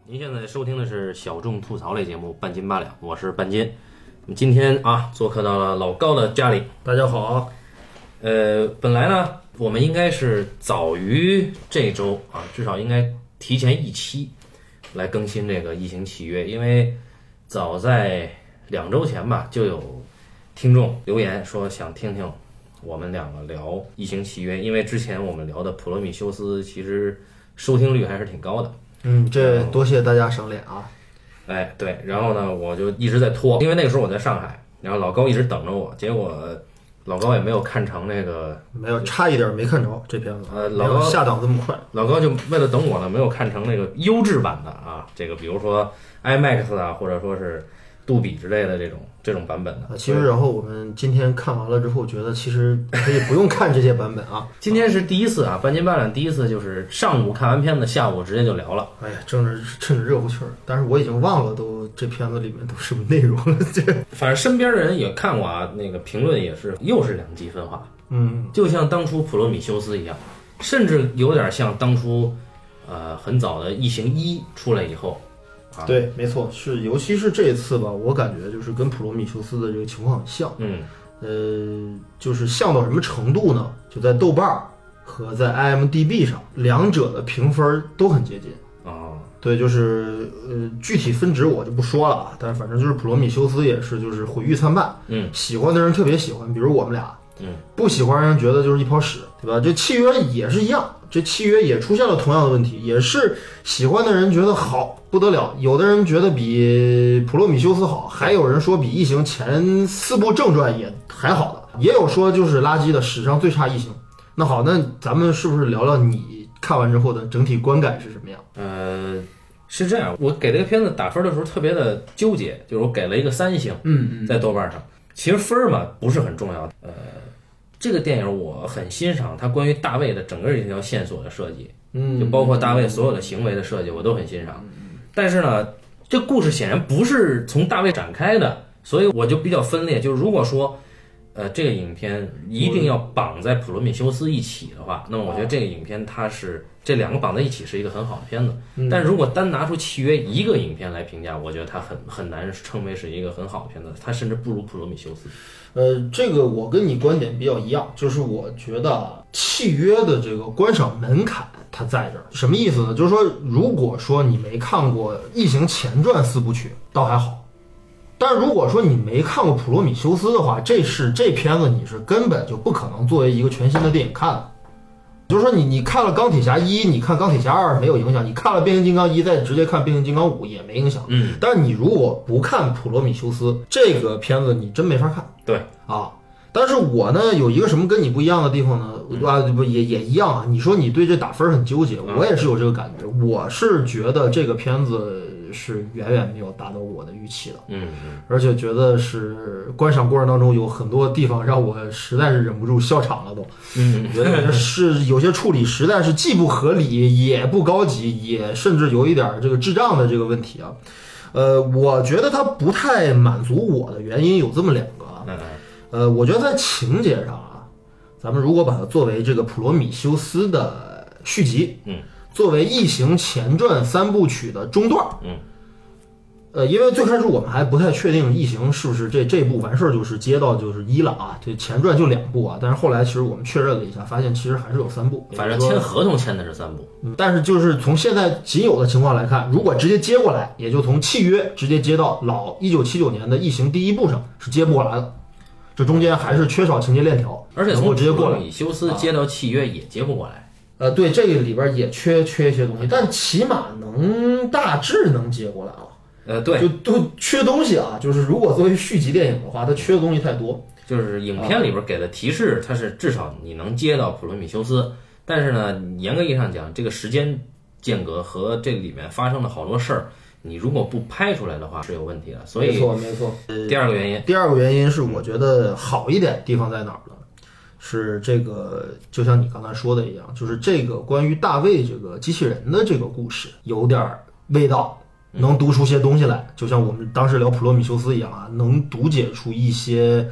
您现在收听的是小众吐槽类节目《半斤八两》，我是半斤。今天啊，做客到了老高的家里。 大家好。 本来呢，我们应该是早于这周啊，至少应该提前一期来更新这个《异形契约》，因为早在2周前吧，就有听众留言说想听听我们两个聊《异形契约》，因为之前我们聊的《普罗米修斯》其实收听率还是挺高的。 这多谢大家赏脸啊！ 哎，对，然后呢，我就一直在拖，因为那个时候我在上海，然后老高一直等着我，结果老高也没有看成那个， 没有，差一点没看着这片子。 老高下档这么快， 老高就为了等我呢，没有看成那个优质版的啊，这个比如说 IMAX 啊，或者说是杜比之类的这种版本的。 其实，然后我们今天看完了之后，觉得其实可以不用看这些版本啊。 今天是第一次啊，半斤八两第一次，就是上午看完片子，下午直接就聊了。 哎呀，趁着热乎气儿，但是我已经忘了这片子里面都什么内容了。 反正身边的人也看过啊，那个评论也是又是两极分化。就像当初普罗米修斯一样，甚至有点像当初很早的异形1出来以后。 对，没错，是，尤其是这一次吧，我感觉就是跟普罗米修斯的这个情况很像。就是像到什么程度呢？就在豆瓣和在 IMDB 上，两者的评分都很接近。对，就是具体分值我就不说了啊，但反正就是普罗米修斯也是就是毁誉参半。喜欢的人特别喜欢，比如我们俩。不喜欢人觉得就是一泡屎，对吧？这契约也是一样，这契约也出现了同样的问题，也是喜欢的人觉得好不得了，有的人觉得比普罗米修斯好，还有人说比异形前4部正传也还好的，也有说就是垃圾的，史上最差异形。那好，那咱们是不是聊聊你看完之后的整体观感是什么样？ 是这样，我给这个片子打分的时候特别的纠结，就是我给了一个3星，在豆瓣上。其实分嘛不是很重要的，这个电影我很欣赏它关于大卫的整个这条线索的设计，就包括大卫所有的行为的设计，我都很欣赏。但是呢，这故事显然不是从大卫展开的，所以我就比较分裂。就是如果说，这个影片一定要绑在普罗米修斯一起的话，那么我觉得这个影片它是这两个绑在一起是一个很好的片子。但如果单拿出契约一个影片来评价，我觉得它很难称为是一个很好的片子，它甚至不如普罗米修斯。 这个我跟你观点比较一样，就是我觉得契约的这个观赏门槛它在这儿，什么意思呢？就是说，如果说你没看过《异形前传》4部曲，倒还好。但如果说你没看过《普罗米修斯》的话，这片子你是根本就不可能作为一个全新的电影看的。就是说你看了钢铁侠1，你看钢铁侠2没有影响，你看了变形金刚1再直接看变形金刚5也没影响。但是你如果不看普罗米修斯这个片子，你真没法看。 对啊，但是我呢有一个什么跟你不一样的地方呢？也一样啊。你说你对这打分很纠结，我也是有这个感觉。我是觉得这个片子是远远没有达到我的预期的。而且觉得是观赏过程当中有很多地方让我实在是忍不住笑场了都。觉得是有些处理实在是既不合理也不高级，也甚至有一点这个智障的这个问题啊。我觉得它不太满足我的原因有这么2个啊。我觉得在情节上啊，咱们如果把它作为这个普罗米修斯的续集，作为异形前传3部曲的中段，因为最开始我们还不太确定异形是不是这部完事儿就是接到就是1了啊，这前传就2部啊，但是后来其实我们确认了一下，发现其实还是有3部， 反正签合同签的是3部。 但是就是从现在仅有的情况来看，如果直接接过来，也就从契约直接接到老1979年的异形第1部上是接不过来的，这中间还是缺少情节链条， 而且从直接过来普罗米修斯接到契约也接不过来。 对，这个里边也缺一些东西，但起码大致能接过来啊。 对， 就都缺东西啊。就是如果作为续集电影的话，它缺的东西太多。 就是影片里边给的提示，它是至少你能接到普罗米修斯，但是呢，严格意义上讲，这个时间间隔和这里面发生的好多事儿，你如果不拍出来的话是有问题的。所以没错。 第二个原因是我觉得好一点地方在哪儿呢？是这个，就像你刚才说的一样，就是这个关于大卫这个机器人的这个故事有点味道。能读出些东西来，就像我们当时聊普罗米修斯一样啊，能读解出一些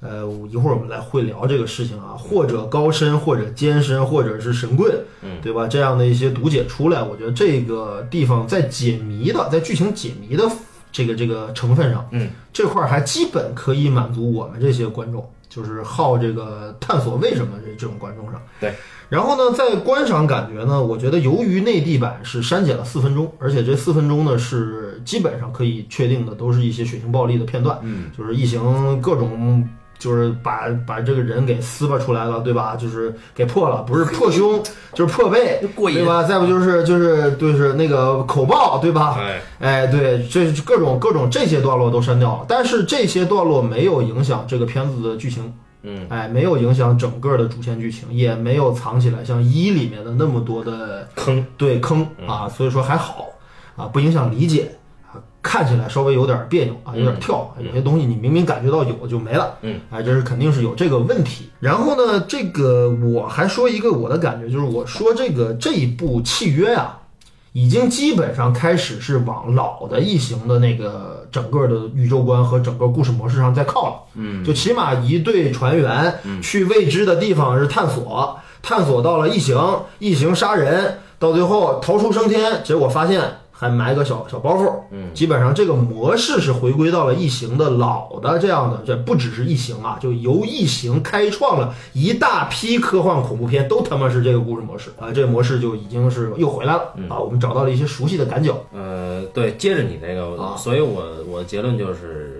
一会儿我们来会聊这个事情啊，或者高深，或者艰深，或者是神棍，对吧？这样的一些读解出来，我觉得这个地方在解谜的，在剧情解谜的这个成分上，这块还基本可以满足我们这些观众，就是好这个探索为什么这种观众上。 对。 然后呢，在观赏感觉呢，我觉得由于内地版是删减了4分钟，而且这4分钟呢是基本上可以确定的都是一些血腥暴力的片段，就是异形各种。就是把这个人给撕巴出来了，对吧？就是给破了，不是破胸就是破背，对吧？再不就是那个口爆，对吧？哎，对，这各种这些段落都删掉了，但是这些段落没有影响这个片子的剧情，没有影响整个的主线剧情，也没有藏起来像1里面的那么多的坑啊，所以说还好啊，不影响理解。看起来稍微有点别扭啊，有点跳，有些东西你明明感觉到有就没了，这是肯定是有这个问题。然后呢，这个我还说一个我的感觉，就是我说这一部契约啊，已经基本上开始是往老的异形的那个整个的宇宙观和整个故事模式上在靠了，就起码一队船员去未知的地方是探索到了异形杀人，到最后逃出升天，结果发现。还埋个小包袱，基本上这个模式是回归到了异形的老的这样的，这不只是异形啊，就由异形开创了一大批科幻恐怖片，都他妈是这个故事模式啊，这个模式就已经是又回来了啊，我们找到了一些熟悉的感脚。 对，接着你这个，所以我结论就是，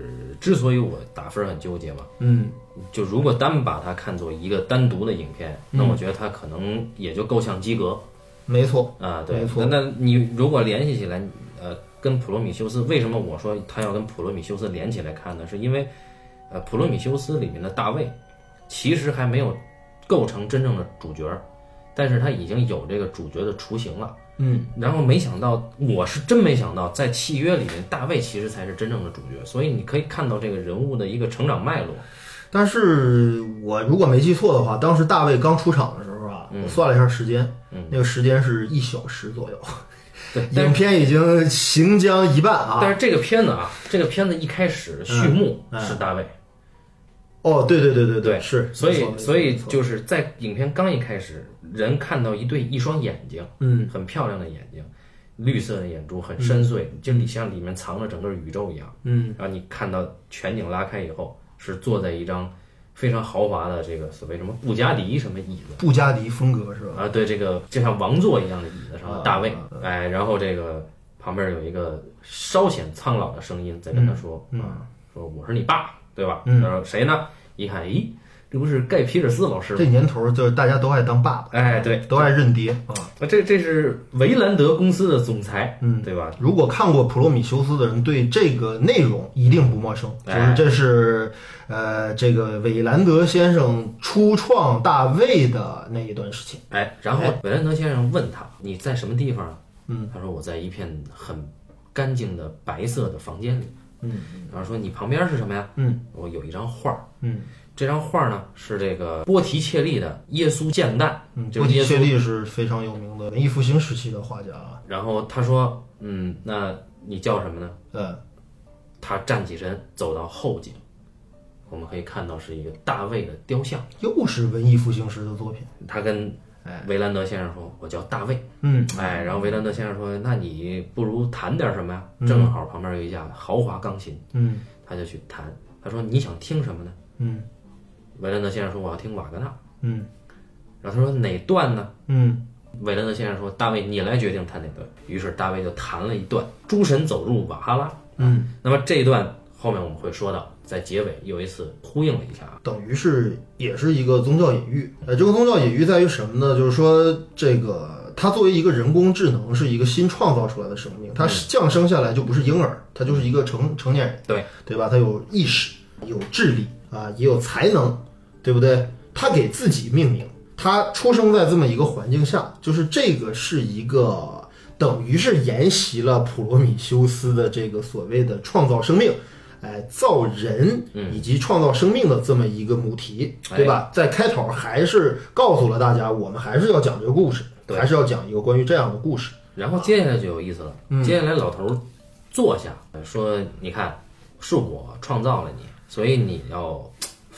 之所以我打分很纠结嘛，就如果单把它看作一个单独的影片，那我觉得它可能也就够呛及格。 没错啊，对， 没错。 那你如果联系起来，跟普罗米修斯，为什么我说他要跟普罗米修斯连起来看呢？是因为，普罗米修斯里面的大卫，其实还没有构成真正的主角，但是他已经有这个主角的雏形了。然后没想到，我是真没想到，在契约里面，大卫其实才是真正的主角，所以你可以看到这个人物的一个成长脉络。 但是我如果没记错的话，当时大卫刚出场的时候啊，我算了一下时间，那个时间是1小时左右。 对， 影片已经行将一半啊。 但是这个片子一开始序幕是大卫。 哦，对，是。 所以就是在影片刚一开始，人看到一双眼睛，很漂亮的眼睛，绿色的眼珠很深邃，就你像里面藏了整个宇宙一样。然后你看到全景拉开以后。是坐在一张非常豪华的这个所谓什么布加迪什么椅子， 布加迪风格是吧？ 啊，对，这个就像王座一样的椅子上的大卫，然后这个旁边有一个稍显苍老的声音在跟他说，说我是你爸，对吧？他说谁呢？一看，咦，这不是盖皮尔斯老师吗？ 这年头就是大家都爱当爸爸， 对， 都爱认爹啊。 这是维兰德公司的总裁，对吧？ 如果看过《普罗米修斯》的人，对这个内容一定不陌生，就是这是这个韦兰德先生初创大卫的那一段事情。 然后韦兰德先生问他：“你在什么地方？”他说：“我在一片很干净的白色的房间里。”然后说：“你旁边是什么呀？”我有一张画。这张画呢是这个波提切利的《耶稣见诞》。 波提切利是非常有名的文艺复兴时期的画家。 然后他说：“那你叫什么呢？”他站起身走到后景，我们可以看到是一个大卫的雕像， 又是文艺复兴时的作品。 他跟维兰德先生说：“我叫大卫。”然后维兰德先生说：“那你不如弹点什么呀？”正好旁边有一架豪华钢琴，他就去弹。他说：“你想听什么呢？”维兰德先生说：“我要听瓦格纳。”然后他说：“哪段呢？”维兰德先生说：“大卫，你来决定弹哪段。”于是大卫就弹了一段《诸神走入瓦哈拉》。那么这一段后面我们会说到，在结尾又一次呼应了一下， 等于是也是一个宗教隐喻。这个宗教隐喻在于什么呢？就是说这个它作为一个人工智能，是一个新创造出来的生命，它降生下来就不是婴儿，它就是一个成年人，对吧？它有意识，有智力啊，也有才能，对不对？他给自己命名，他出生在这么一个环境下，就是这个是一个等于是沿袭了普罗米修斯的这个所谓的创造生命，造人以及创造生命的这么一个母题，对吧？在开头还是告诉了大家，我们还是要讲这个故事，还是要讲一个关于这样的故事。 然后接下来就有意思了，接下来老头坐下说：“你看，是我创造了你，所以你要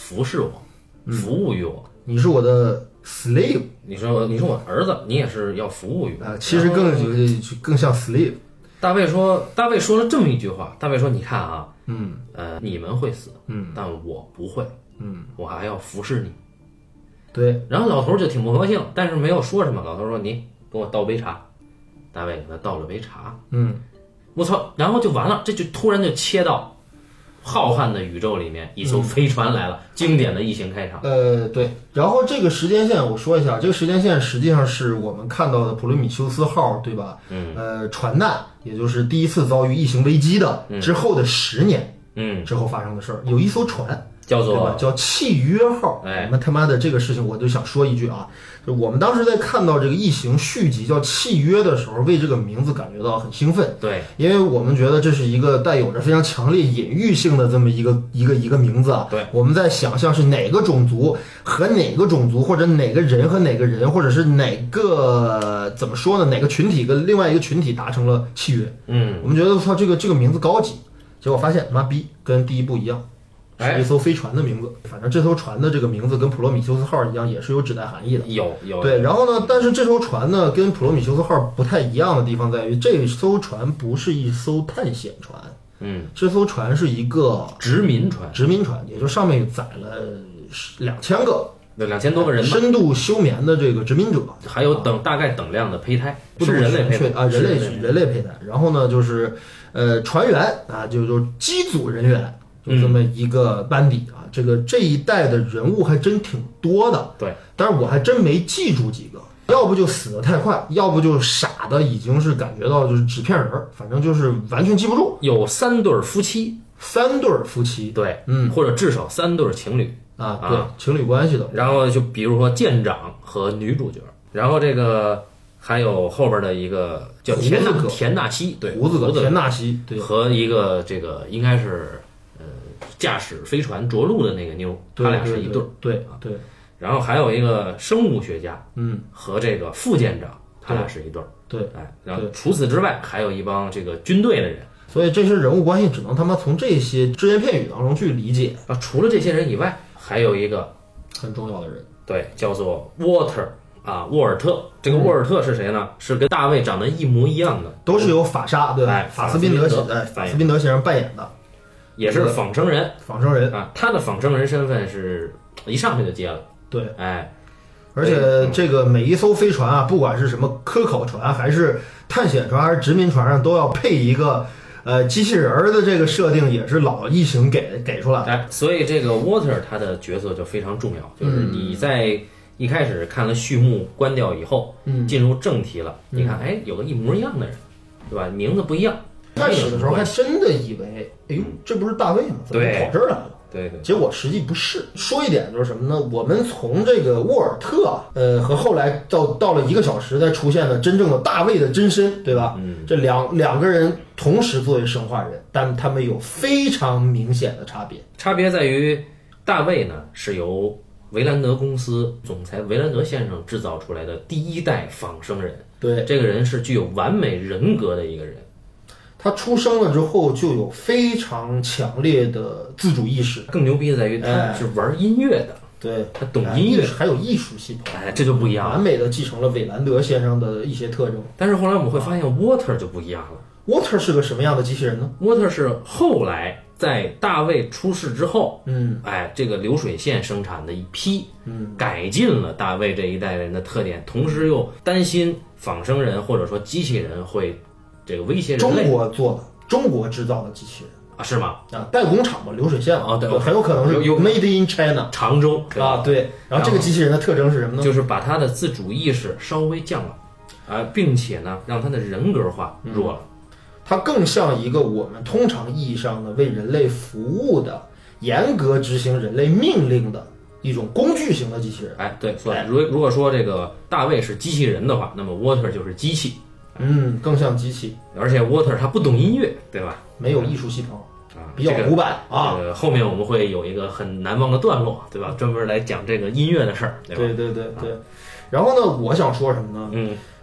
服侍我，服务于我。 你是我的 slave。 你说我儿子，你也是要服务于我。 其实更像 slave。 大卫说了这么一句话，大卫说：“你看啊，你们会死，但我不会，我还要服侍你。” 对。 然后老头就挺不高兴，但是没有说什么。老头说：“你给我倒杯茶。”大卫给他倒了杯茶。我操！然后就完了，这就突然就切到浩瀚的宇宙里面，一艘飞船来了，经典的异形开场。 对。然后这个时间线我说一下，这个时间线实际上是我们看到的普罗米修斯号，对吧？船难，也就是第一次遭遇异形危机的之后的10年，之后发生的事儿，有一艘船叫契约号。我们他妈的这个事情，我就想说一句啊，就我们当时在看到这个异形续集叫契约的时候，为这个名字感觉到很兴奋。 对， 因为我们觉得这是一个带有着非常强烈隐喻性的这么一个名字啊。 对， 我们在想象是哪个种族和哪个种族，或者哪个人和哪个人，或者是哪个怎么说呢？哪个群体跟另外一个群体达成了契约。我们觉得说这个名字高级，结果发现妈逼跟第一部一样。是一艘飞船的名字，反正这艘船的这个名字跟普罗米修斯号一样，也是有指代含义的。 有对，然后呢，但是这艘船呢，跟普罗米修斯号不太一样的地方在于，这艘船不是一艘探险船，这艘船是一个殖民船，也就上面载了2000个。 2000多个人， 深度休眠的这个殖民者， 还有大概等量的胚胎， 是人类胚胎啊，人类胚胎。然后呢，就是船员啊，就是机组人员。就这么一个班底啊，这一代的人物还真挺多的。 对， 但是我还真没记住几个，要不就死得太快，要不就傻的已经是感觉到就是纸片人，反正就是完全记不住。 有3对夫妻， 对， 或者至少3对情侣啊，对，情侣关系的。 然后就比如说舰长和女主角，然后这个还有后边的一个叫田纳西，对， 胡子哥田纳西，对， 和一个这个应该是。驾驶飞船着陆的那个妞，他俩是一对儿， 对。 然后还有一个生物学家，和这个副舰长，他俩是一对儿， 对。 然后除此之外，还有一帮这个军队的人， 所以这些人物关系只能他妈从这些只言片语当中去理解啊。除了这些人以外，还有一个很重要的人， 对，叫做沃尔特。这个沃尔特是谁呢？是跟大卫长得一模一样的， 都是由法沙对吧？法斯宾德先生扮演的。 也是仿生人啊，他的仿生人身份是一上去就接了。 对，而且这个每一艘飞船啊，不管是什么科考船，还是探险船，还是殖民船上，都要配一个机器人的这个设定，也是老异形给出来的。 所以这个 Water 他的角色就非常重要，就是你在一开始看了序幕关掉以后，进入正题了，你看，有个一模一样的人，对吧？名字不一样。 开始的时候还真的以为，哎呦，这不是大卫吗？怎么跑这儿来了？ 对。 结果实际不是。说一点就是什么呢？我们从这个沃尔特和后来到了1个小时才出现的真正的大卫的真身，对吧？这两个人同时作为生化人，但他们有非常明显的差别。 差别在于，大卫呢是由维兰德公司总裁维兰德先生制造出来的第1代仿生人。 对， 这个人是具有完美人格的一个人。 他出生了之后就有非常强烈的自主意识， 更牛逼的在于他是玩音乐的， 对， 他懂音乐， 还有艺术系统， 这就不一样了， 完美的继承了韦兰德先生的一些特征。 但是后来我们会发现 Water 就不一样了。 Water 是个什么样的机器人呢？ Water 是后来在大卫出世之后，这个流水线生产的一批，改进了大卫这一代人的特点，同时又担心仿生人或者说机器人会这个威胁人类。 中国做的，中国制造的机器人啊？是吗？ 代工厂嘛，流水线嘛， 对， 很有可能是有 Made in China， 常州啊，对。然后这个机器人的特征是什么呢？ 就是把他的自主意识稍微降了，并且呢，让他的人格化弱了。 它更像一个我们通常意义上的为人类服务的、严格执行人类命令的一种工具型的机器人。 对，如果说这个大卫是机器人的话，那么 Water 就是机器。 更像机器。 而且 Water 他不懂音乐，对吧？ 没有艺术系统比较古板啊。 后面我们会有一个很难忘的段落，对吧？专门来讲这个音乐的事儿，对吧？ 对。然后呢，我想说什么呢？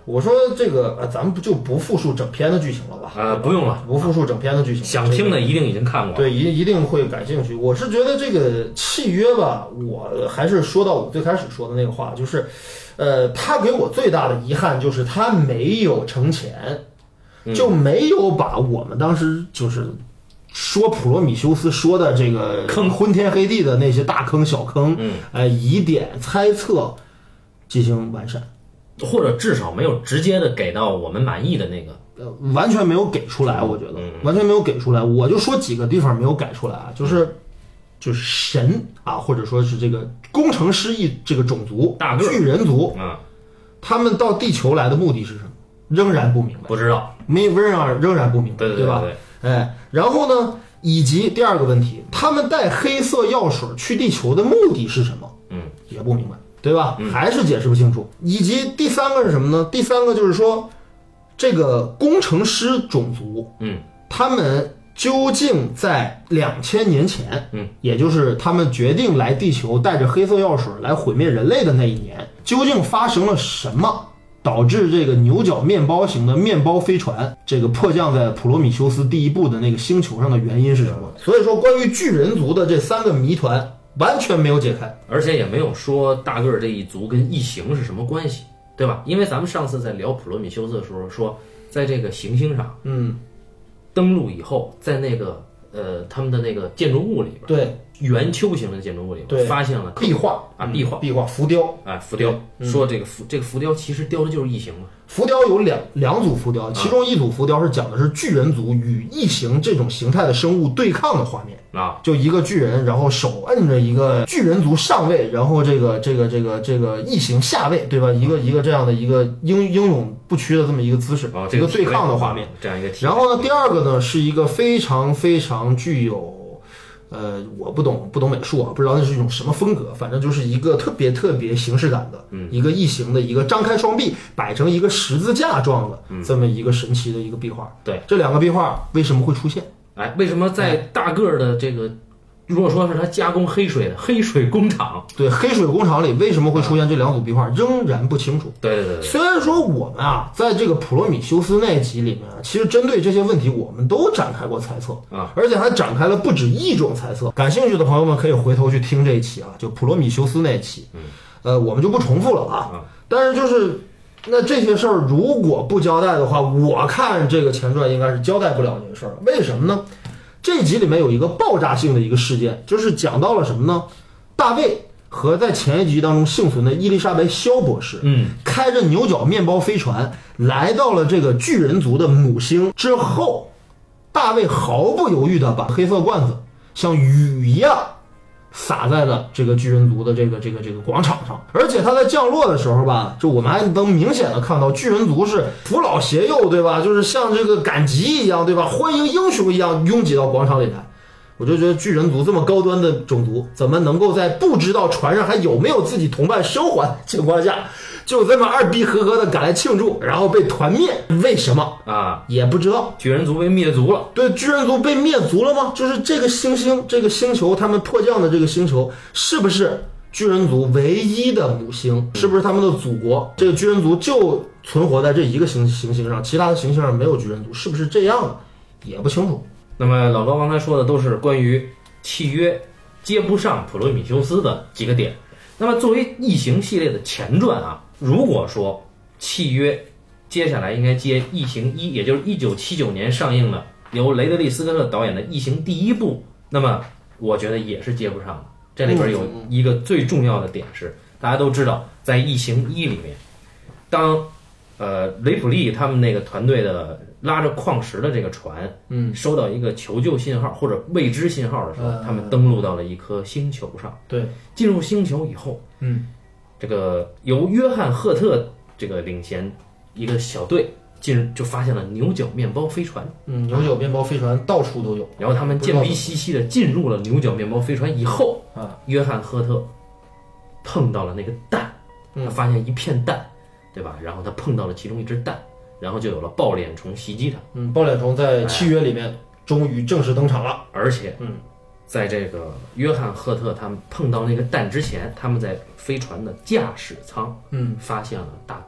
我说这个咱们就不复述整篇的剧情了吧？ 不用了， 不复述整篇的剧情。 想听的一定已经看过， 对，一定会感兴趣。我是觉得这个契约吧，我还是说到我最开始说的那个话，就是，他给我最大的遗憾就是他没有成钱，就没有把我们当时就是说普罗米修斯说的这个坑昏天黑地的那些大坑小坑，疑点猜测进行完善。 或者至少没有直接的给到我们满意的那个， 完全没有给出来，我觉得完全没有给出来。我就说几个地方没有改出来啊，就是神啊，或者说是这个工程师这个种族大个巨人族啊， 他们到地球来的目的是什么？仍然不明白， 不知道， 仍然不明白， 对吧？哎，然后呢，以及第二个问题，他们带黑色药水去地球的目的是什么？也不明白。对吧？还是解释不清楚。以及第三个是什么呢？第三个就是说，这个工程师种族，他们究竟在2000年前，也就是他们决定来地球带着黑色药水来毁灭人类的那一年，究竟发生了什么，导致这个牛角面包型的面包飞船这个迫降在普罗米修斯第一部的那个星球上的原因是什么？所以说，关于巨人族的这3个谜团。完全没有解开， 而且也没有说大个儿这一族跟异形是什么关系，对吧？因为咱们上次在聊普罗米修斯的时候说，在这个行星上，登陆以后，在那个他们的那个建筑物里边， 对， 圆球形的建筑物里边， 对， 发现了壁画啊，壁画浮雕， 浮雕，说这个浮雕其实雕的就是异形嘛。 浮雕有两组浮雕，其中一组浮雕是讲的是巨人族与异形这种形态的生物对抗的画面啊， 就一个巨人，然后手摁着一个巨人族上位，然后这个异形下位，对吧？一个这样的一个英勇不屈的这么一个姿势，一个对抗的画面， 这样一个。 然后呢，第二个呢是一个非常非常具有。我不懂美术啊，不知道那是一种什么风格，反正就是一个特别形式感的，一个异形的一个张开双臂摆成一个十字架状的这么一个神奇的一个壁画。 对， 这2个壁画为什么会出现？ 哎，为什么在大个儿的这个，如果说是他加工黑水的黑水工厂， 对，黑水工厂里为什么会出现这2组壁画，仍然不清楚。 对。 虽然说我们啊，在这个普罗米修斯那一集里面，其实针对这些问题，我们都展开过猜测啊， 而且还展开了不止一种猜测。感兴趣的朋友们可以回头去听这一期啊，就普罗米修斯那一期。我们就不重复了啊。但是就是那这些事儿如果不交代的话，我看这个前传应该是交代不了这个事儿。为什么呢？这一集里面有一个爆炸性的一个事件，就是讲到了什么呢？大卫和在前一集当中幸存的伊丽莎白肖博士，开着牛角面包飞船来到了这个巨人族的母星之后，大卫毫不犹豫地把黑色罐子像雨一样撒在了这个巨人族的这个广场上，而且他在降落的时候吧，就我们还能明显的看到巨人族是扶老携幼，对吧？就是像这个赶集一样，对吧？欢迎英雄一样拥挤到广场里来。我就觉得巨人族这么高端的种族，怎么能够在不知道船上还有没有自己同伴生还的情况下，就这么二逼呵呵的赶来庆祝，然后被团灭？为什么啊？ 也不知道。 巨人族被灭族了。 对，巨人族被灭族了吗？就是这个星星，这个星球，他们迫降的这个星球，是不是巨人族唯一的母星？是不是他们的祖国？这个巨人族就存活在这一个行星上，其他的行星上没有巨人族，是不是这样的？也不清楚。 那么老高刚才说的都是关于契约接不上普罗米修斯的几个点。那么作为异形系列的前传啊，如果说契约接下来应该接异形1，也就是1979年上映的由雷德利·斯科特导演的异形第1部，那么我觉得也是接不上的。这里边有一个最重要的点是，大家都知道在异形1里面，当雷普利他们那个团队的拉着矿石的这个船，收到一个求救信号或者未知信号的时候，他们登陆到了一颗星球上。 对， 进入星球以后，这个由约翰赫特这个领衔一个小队就发现了牛角面包飞船。 牛角面包飞船到处都有。 然后他们贱逼兮兮的进入了牛角面包飞船以后，约翰赫特碰到了那个蛋，他发现一片蛋。对吧？然后他碰到了其中一只蛋，然后就有了抱脸虫袭击他。 抱脸虫在契约里面终于正式登场了。 而且，在这个约翰赫特他们碰到那个蛋之前，他们在飞船的驾驶舱，发现了大个儿。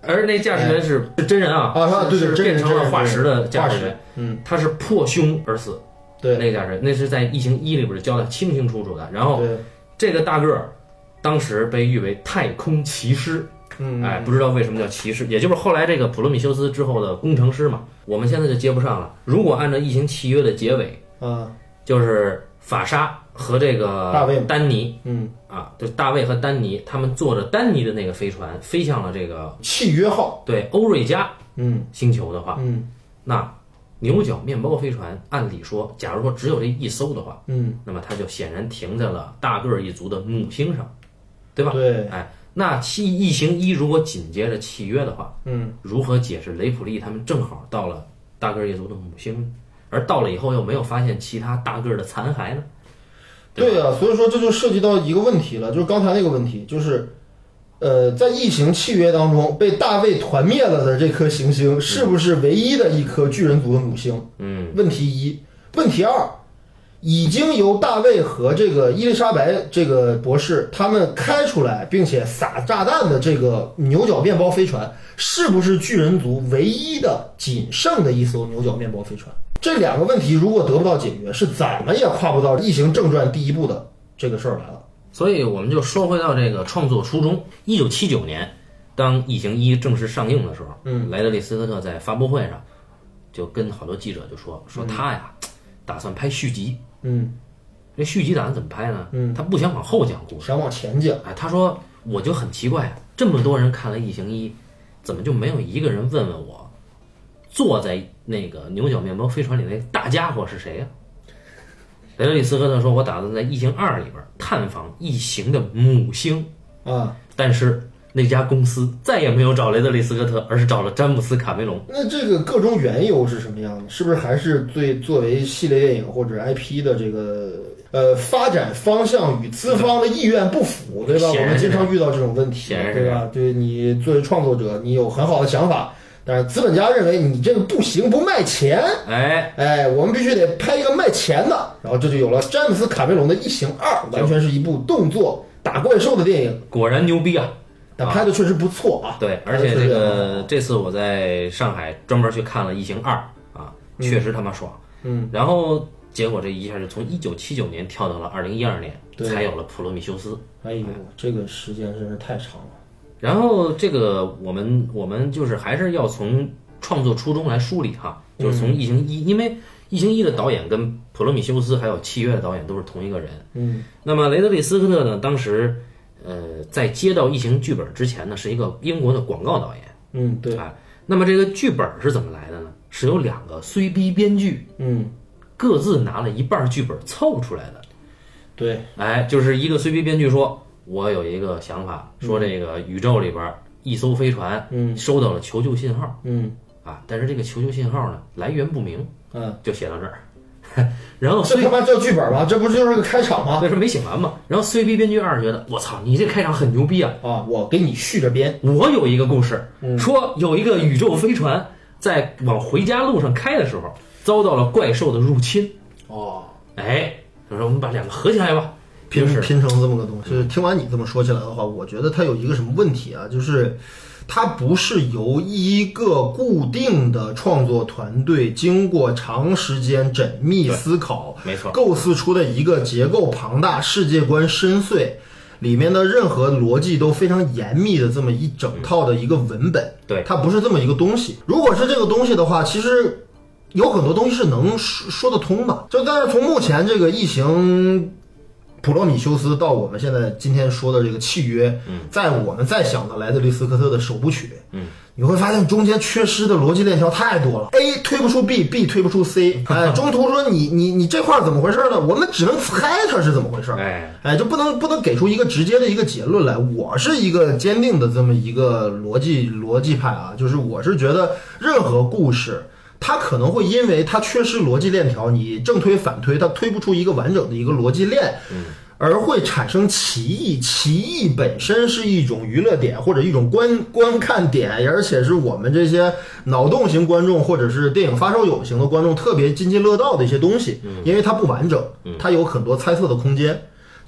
而那驾驶员是真人啊， 对对， 是变成了化石的驾驶员，他是破胸而死。 对， 那个驾驶员那是在《异形1》里边交代清清楚楚的。然后这个大个儿当时被誉为太空骑士。不知道为什么叫骑士，也就是后来这个普罗米修斯之后的工程师嘛。我们现在就接不上了。如果按照《异形契约》的结尾，就是法莎和这个丹尼，就是大卫和丹尼，他们坐着丹尼的那个飞船飞向了这个契约号， 对，欧瑞加星球的话，那牛角面包飞船按理说，假如说只有这一艘的话，那么它就显然停在了大个儿一族的母星上，对吧？ 对， 那异形1如果紧接着契约的话，如何解释雷普利他们正好到了大个儿一族的母星呢？而到了以后又没有发现其他大个儿的残骸呢？ 对啊，所以说这就涉及到一个问题了，就是刚才那个问题，就是在异形契约当中被大卫团灭了的这颗行星，是不是唯一的一颗巨人族的母星？问题一，问题二。已经由大卫和这个伊丽莎白这个博士他们开出来并且撒炸弹的这个牛角面包飞船，是不是巨人族唯一的仅剩的一艘牛角面包飞船？这两个问题如果得不到解决，是怎么也跨不到《异形正传》第一部的这个事儿来了。 所以我们就说回到这个创作初衷。1979年，当《异形1》正式上映的时候，莱德利·斯科特在发布会上就跟好多记者就说他呀，打算拍续集。这续集打算怎么拍呢？他不想往后讲故事， 想往前讲。 他说我就很奇怪啊，这么多人看了《异形1》，怎么就没有一个人问问我，坐在那个牛角面包飞船里那大家伙是谁呀？雷德利·斯科特说，我打算在《异形2》里边探访异形的母星但是那家公司再也没有找雷德利·斯科特，而是找了詹姆斯·卡梅隆。 那这个各种缘由是什么样的？是不是还是作为系列电影或者 IP 的这个发展方向与资方的意愿不符，对吧？我们经常遇到这种问题，对吧？对，你作为创作者，你有很好的想法，但是资本家认为你这个不行，不卖钱。我们必须得拍一个卖钱的，然后这就有了詹姆斯·卡梅隆的《异形2》，完全是一部动作打怪兽的电影， 果然牛逼啊！ 但拍的确实不错啊。 对，而且这次我在上海专门去看了《异形2》确实他妈爽。然后结果这一下就从1979年跳到了2012年，才有了普罗米修斯。 哎呦，这个时间真是太长了。 然后这个我们就是还是要从创作初衷来梳理哈，就是从《异形1》，因为《异形1》的导演跟普罗米修斯还有契约的导演都是同一个人。那么雷德利·斯科特呢，当时在接到异形剧本之前呢，是一个英国的广告导演。 对。 那么这个剧本是怎么来的呢？是由两个随逼编剧，各自拿了一半剧本凑出来的。 对。 就是一个随逼编剧说，我有一个想法，说这个宇宙里边一艘飞船，收到了求救信号，但是这个求救信号呢来源不明，就写到这儿。然后这他妈叫剧本吗？这不就是个开场吗？ 那是没写完嘛。然后随逼编剧2觉得，我操，你这开场很牛逼啊！ 我给你续着编。 我有一个故事，说有一个宇宙飞船在往回家路上开的时候，遭到了怪兽的入侵。他说我们把两个合起来吧， 拼成这么个东西。听完你这么说起来的话，我觉得它有一个什么问题啊？就是它不是由一个固定的创作团队经过长时间缜密思考， 没错， 构思出的一个结构庞大、世界观深邃，里面的任何逻辑都非常严密的这么一整套的一个文本。 对， 它不是这么一个东西。如果是这个东西的话，其实有很多东西是能说得通的。但是从目前这个异形普罗米修斯到我们现在今天说的这个契约，在我们再想到莱德利·斯科特的首部曲，你会发现中间缺失的逻辑链条太多了。A 推不出 B 推不出 C， 中途说你这块怎么回事呢？我们只能猜它是怎么回事，就不能给出一个直接的一个结论来。我是一个坚定的这么一个逻辑派啊，就是我是觉得任何故事，它可能会因为它缺失逻辑链条，你正推反推，它推不出一个完整的一个逻辑链，而会产生歧义。歧义本身是一种娱乐点或者一种观看点，而且是我们这些脑洞型观众或者是电影发烧友型的观众特别津津乐道的一些东西，因为它不完整，它有很多猜测的空间。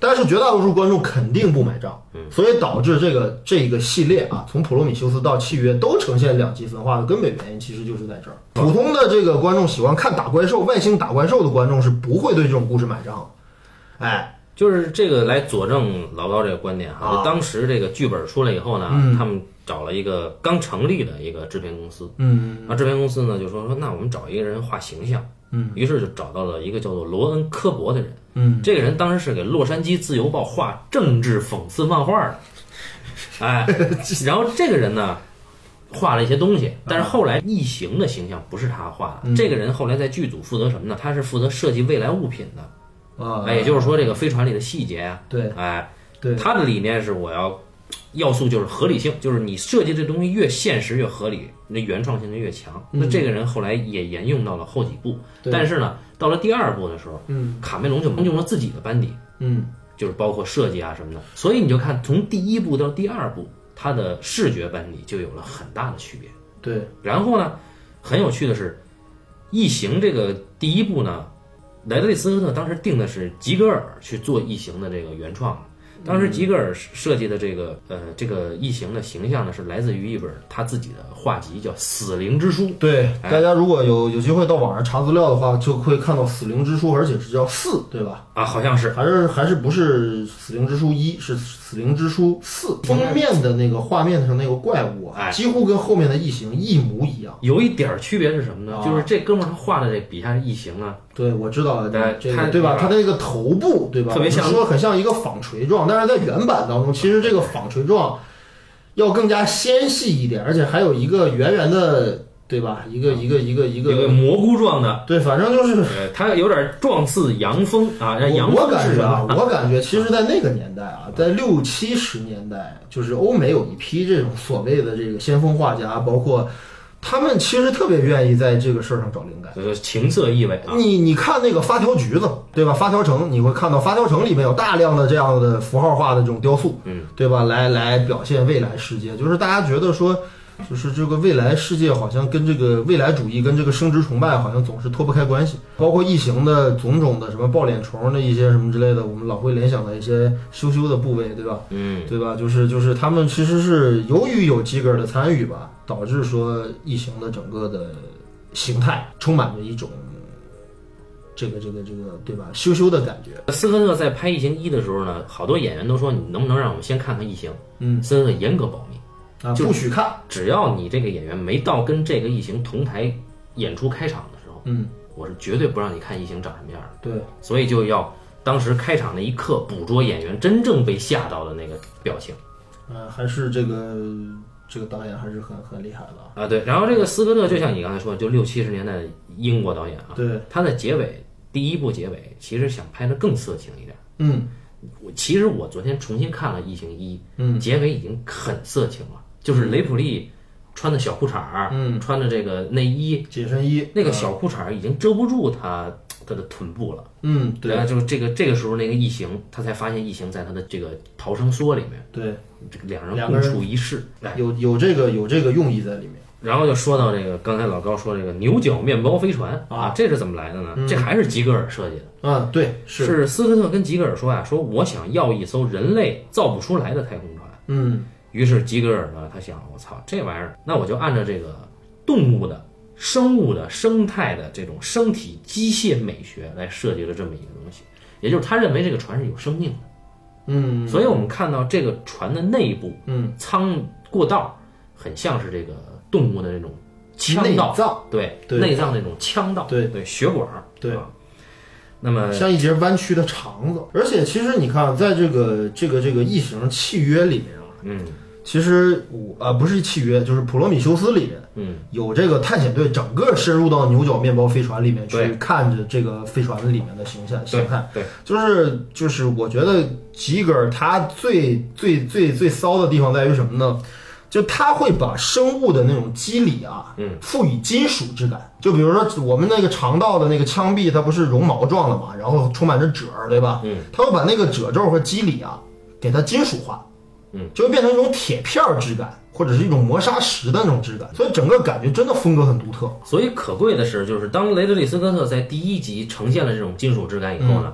但是绝大多数观众肯定不买账，所以导致这个系列啊，从普罗米修斯到契约都呈现两极分化的根本原因，其实就是在这儿。普通的这个观众喜欢看打怪兽、外星打怪兽的观众是不会对这种故事买账的，哎。 就是这个来佐证老高这个观点哈，就当时这个剧本出来以后呢，他们找了一个刚成立的一个制片公司，制片公司呢就说那我们找一个人画形象，于是就找到了一个叫做罗恩·科伯的人，这个人当时是给洛杉矶自由报画政治讽刺漫画的，哎，然后这个人呢画了一些东西，但是后来异形的形象不是他画的，这个人后来在剧组负责什么呢？他是负责设计未来物品的。也就是说这个飞船里的细节啊， 对， 对，他的理念是要素就是合理性，就是你设计这东西越现实越合理，那原创性就越强。那这个人后来也沿用到了后几部，但是呢，到了第二部的时候，卡梅隆就用了自己的班底，就是包括设计啊什么的，所以你就看从第一部到第二部，他的视觉班底就有了很大的区别。 对， 然后呢，很有趣的是，异形这个第一部呢。莱德利·斯科特当时定的是吉格尔去做异形的这个原创，当时吉格尔设计的这个异形的形象呢，是来自于一本他自己的画集，叫《死灵之书》。 对，大家如果有机会到网上查资料的话，就会看到《死灵之书》，而且是叫4，对吧？ 啊，好像是， 还是不是《死灵之书1》，是《死灵之书4》。封面的那个画面上那个怪物啊，几乎跟后面的异形一模一样。 有一点区别是什么呢？就是这哥们儿他画的这笔下的异形啊， 对，我知道这个对吧？他的那个头部对吧？ 特别像， 说很像一个纺锤状，但是在原版当中，其实这个纺锤状要更加纤细一点，而且还有一个圆圆的，对吧？一个蘑菇状的， 对，反正就是它有点状似洋风啊。 我感觉，其实，在那个年代啊，在60、70年代，就是欧美有一批这种所谓的这个先锋画家，包括。他们其实特别愿意在这个事儿上找灵感， 情色意味啊。 你看那个发条橘子，对吧？发条城，你会看到发条城里面有大量的这样的符号化的这种雕塑，对吧？来表现未来世界，就是大家觉得说，就是这个未来世界好像跟这个未来主义跟这个生殖崇拜好像总是脱不开关系，包括异形的种种的什么抱脸虫的一些什么之类的，我们老会联想的一些羞的部位，对吧？对吧？就是他们其实是由于有基格的参与吧。导致说异形的整个的形态充满着一种这个对吧羞的感觉。 斯科特在拍异形1的时候呢，好多演员都说你能不能让我们先看看异形？斯科特严格保密啊，不许看， 只要你这个演员没到跟这个异形同台演出开场的时候，我是绝对不让你看异形长什么样的。 对， 所以就要当时开场那一刻捕捉演员真正被吓到的那个表情。 还是这个导演还是很厉害的啊，对。然后这个斯科特就像你刚才说的，就60、70年代的英国导演啊， 对， 他的第一部结尾其实想拍得更色情一点。其实我昨天重新看了《异形1》，结尾已经很色情了，就是雷普利穿的小裤衩穿的这个内衣紧身衣， 那个小裤衩已经遮不住他的臀部了。 对。 然后就这个时候，那个异形他才发现异形在他的这个逃生梭里面。 对。 这个两人共处一室， 有这个用意在里面。 然后就说到这个，刚才老高说这个牛角面包飞船啊，这是怎么来的呢？这还是吉格尔设计的。 对， 是斯科特跟吉格尔说说我想要一艘人类造不出来的太空船。于是吉格尔呢，他想，我操，这玩意儿，那我就按照这个动物的、生物的、生态的这种生体机械美学来设计了这么一个东西，也就是他认为这个船是有生命的。所以我们看到这个船的内部，舱过道很像是这个动物的那种腔道，对，内脏那种腔道， 对， 血管， 对。 那么像一节弯曲的肠子，而且其实你看，在这个异形契约里面啊，其实不是契约，就是普罗米修斯里面，有这个探险队整个深入到牛角面包飞船里面去看着这个飞船里面的形态， 对， 就是我觉得吉格尔他最骚的地方在于什么呢？就他会把生物的那种机理啊，赋予金属质感。就比如说我们那个肠道的那个腔壁，它不是绒毛状的嘛，然后充满着褶，对吧？他会把那个褶皱和肌理啊，给它金属化，就会变成一种铁片质感，或者是一种磨砂石的那种质感，所以整个感觉真的风格很独特。 所以可贵的是，就是当雷德利·斯科特在第1集呈现了这种金属质感以后呢，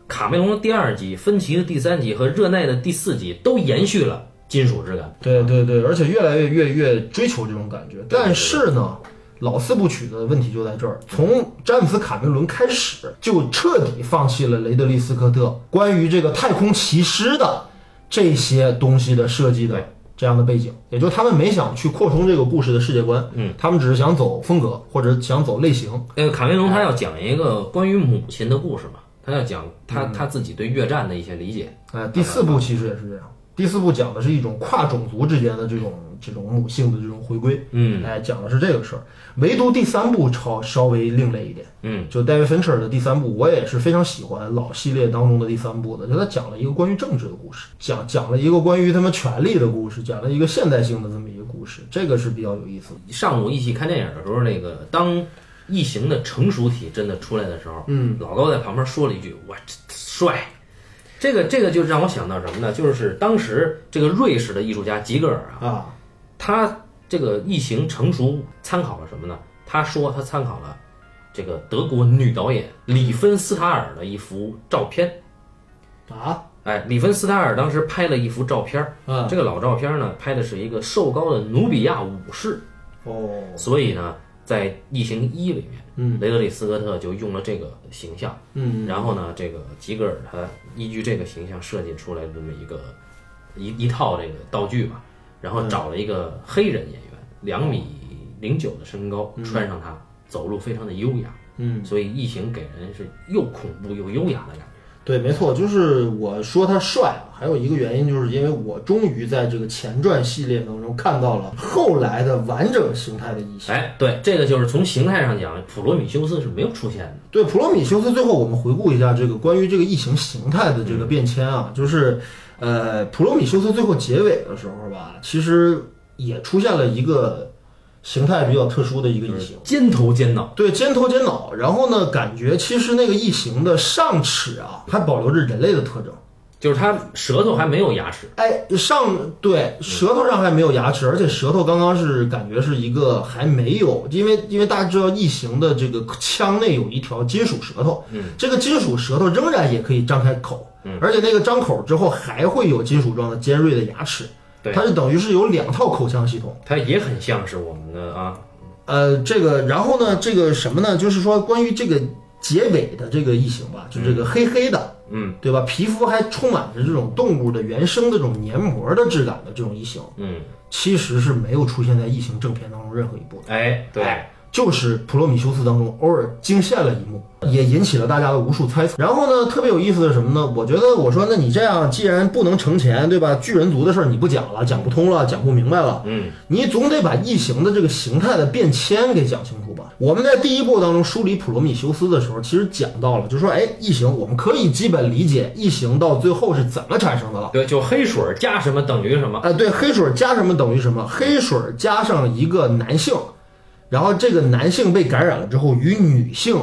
卡梅隆的第2集、芬奇的第3集和热奈的第4集都延续了金属质感。 对对对，而且越来越追求这种感觉。但是呢，老4部曲的问题就在这儿，从詹姆斯·卡梅伦开始就彻底放弃了雷德利·斯科特关于这个太空骑士的这些东西的设计的这样的背景，也就他们没想去扩充这个故事的世界观，他们只是想走风格或者想走类型。 卡梅隆他要讲一个关于母亲的故事嘛，他要讲他自己对越战的一些理解。 第4部其实也是这样，第4部讲的是一种跨种族之间的这种母性的这种回归，讲的是这个事儿。唯独第3部稍微另类一点，就 David Fincher 的第3部，我也是非常喜欢老系列当中的第3部的，就他讲了一个关于政治的故事，讲了一个关于他们权力的故事，讲了一个现代性的这么一个故事，这个是比较有意思的。 上午一起看电影的时候，那个当异形的成熟体真的出来的时候，老高在旁边说了一句：“哇，帅！”这个就让我想到什么呢？就是当时这个瑞士的艺术家吉格尔他这个异形成熟参考了什么呢？他说他参考了这个德国女导演里芬斯塔尔的一幅照片里芬斯塔尔当时拍了一幅照片这个老照片呢拍的是一个瘦高的努比亚武士所以呢在异形1里面雷德利·斯科特就用了这个形象然后呢这个吉格尔他依据这个形象设计出来这么一套这个道具吧，然后找了一个黑人演员，2.09米的身高，穿上它走路非常的优雅，所以异形给人是又恐怖又优雅的感觉。 对，没错，就是我说他帅还有一个原因就是因为我终于在这个前传系列当中看到了后来的完整形态的异形。 对，这个就是从形态上讲，普罗米修斯是没有出现的。 对，普罗米修斯最后我们回顾一下这个关于这个异形形态的这个变迁就是普罗米修斯最后结尾的时候吧，其实也出现了一个形态比较特殊的一个异形， 尖头尖脑。 对，尖头尖脑。然后呢，感觉其实那个异形的上齿还保留着人类的特征， 就是它舌头还没有牙齿。 对，舌头上还没有牙齿，而且舌头刚刚是感觉是一个还没有，因为大家知道异形的这个腔内有一条金属舌头，这个金属舌头仍然也可以张开口，而且那个张口之后还会有金属状的尖锐的牙齿。它是等于是有2套口腔系统， 它也很像是我们的然后呢，这个什么呢？就是说关于这个结尾的这个异形吧，就这个黑黑的，对吧？皮肤还充满着这种动物的原生的这种黏膜的质感的这种异形，其实是没有出现在异形正片当中任何一部的。 对。 就是普罗米修斯当中偶尔惊现了一幕，也引起了大家的无数猜测。然后呢，特别有意思的是什么呢？我说，那你这样既然不能成钱，对吧？巨人族的事儿你不讲了，讲不通了，讲不明白了，你总得把异形的这个形态的变迁给讲清楚吧。我们在第1部当中梳理普罗米修斯的时候，其实讲到了，就说异形我们可以基本理解异形到最后是怎么产生的了。 对，就黑水加什么等于什么。 对，黑水加什么等于什么？黑水加上一个男性。然后这个男性被感染了之后，与女性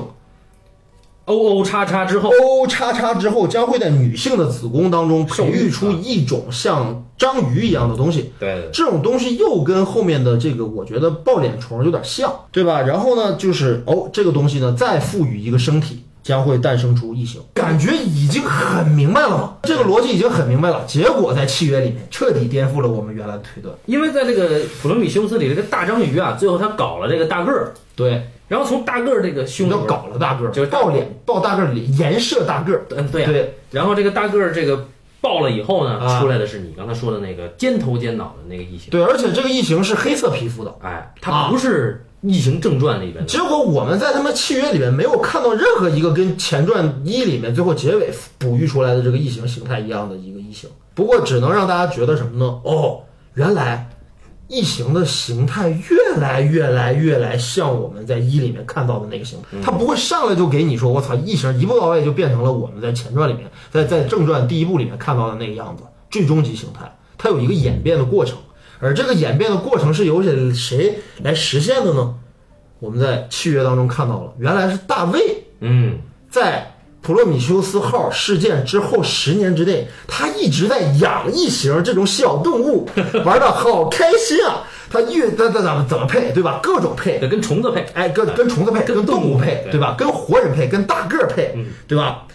OO之后将会在女性的子宫当中培育出一种像章鱼一样的东西。 对， 这种东西又跟后面的这个我觉得抱脸虫有点像，对吧？然后呢，就是这个东西呢再赋予一个生体，将会诞生出异形。感觉已经很明白了嘛，这个逻辑已经很明白了。结果在契约里面彻底颠覆了我们原来的推断。 因为在这个普罗米修斯里，这个大章鱼最后他搞了这个大个儿。 对。 然后从大个儿这个胸口搞了大个儿， 就是抱大个儿脸，颜射大个儿。 对。然后这个大个儿这个爆了以后呢，出来的是你刚才说的那个尖头尖脑的那个异形。 对，而且这个异形是黑色皮肤的。 它不是异形正传里边的。 结果我们在他们契约里面没有看到任何一个跟前传1里面最后结尾哺育出来的这个异形形态一样的一个异形。不过只能让大家觉得什么呢？原来异形的形态越来像我们在1里面看到的那个形态，它不会上来就给你说我操，异形一步到位就变成了我们在前传里面在正传第1部里面看到的那个样子，最终极形态。它有一个演变的过程，而这个演变的过程是由谁来实现的呢？我们在契约当中看到了，原来是大卫。在普罗米修斯号事件之后10年之内，他一直在养异形这种小动物，玩得好开心啊！他怎么配，对吧？各种配， 跟虫子配， 跟虫子配，跟动物配，对吧？跟活人配，跟大个配，对吧？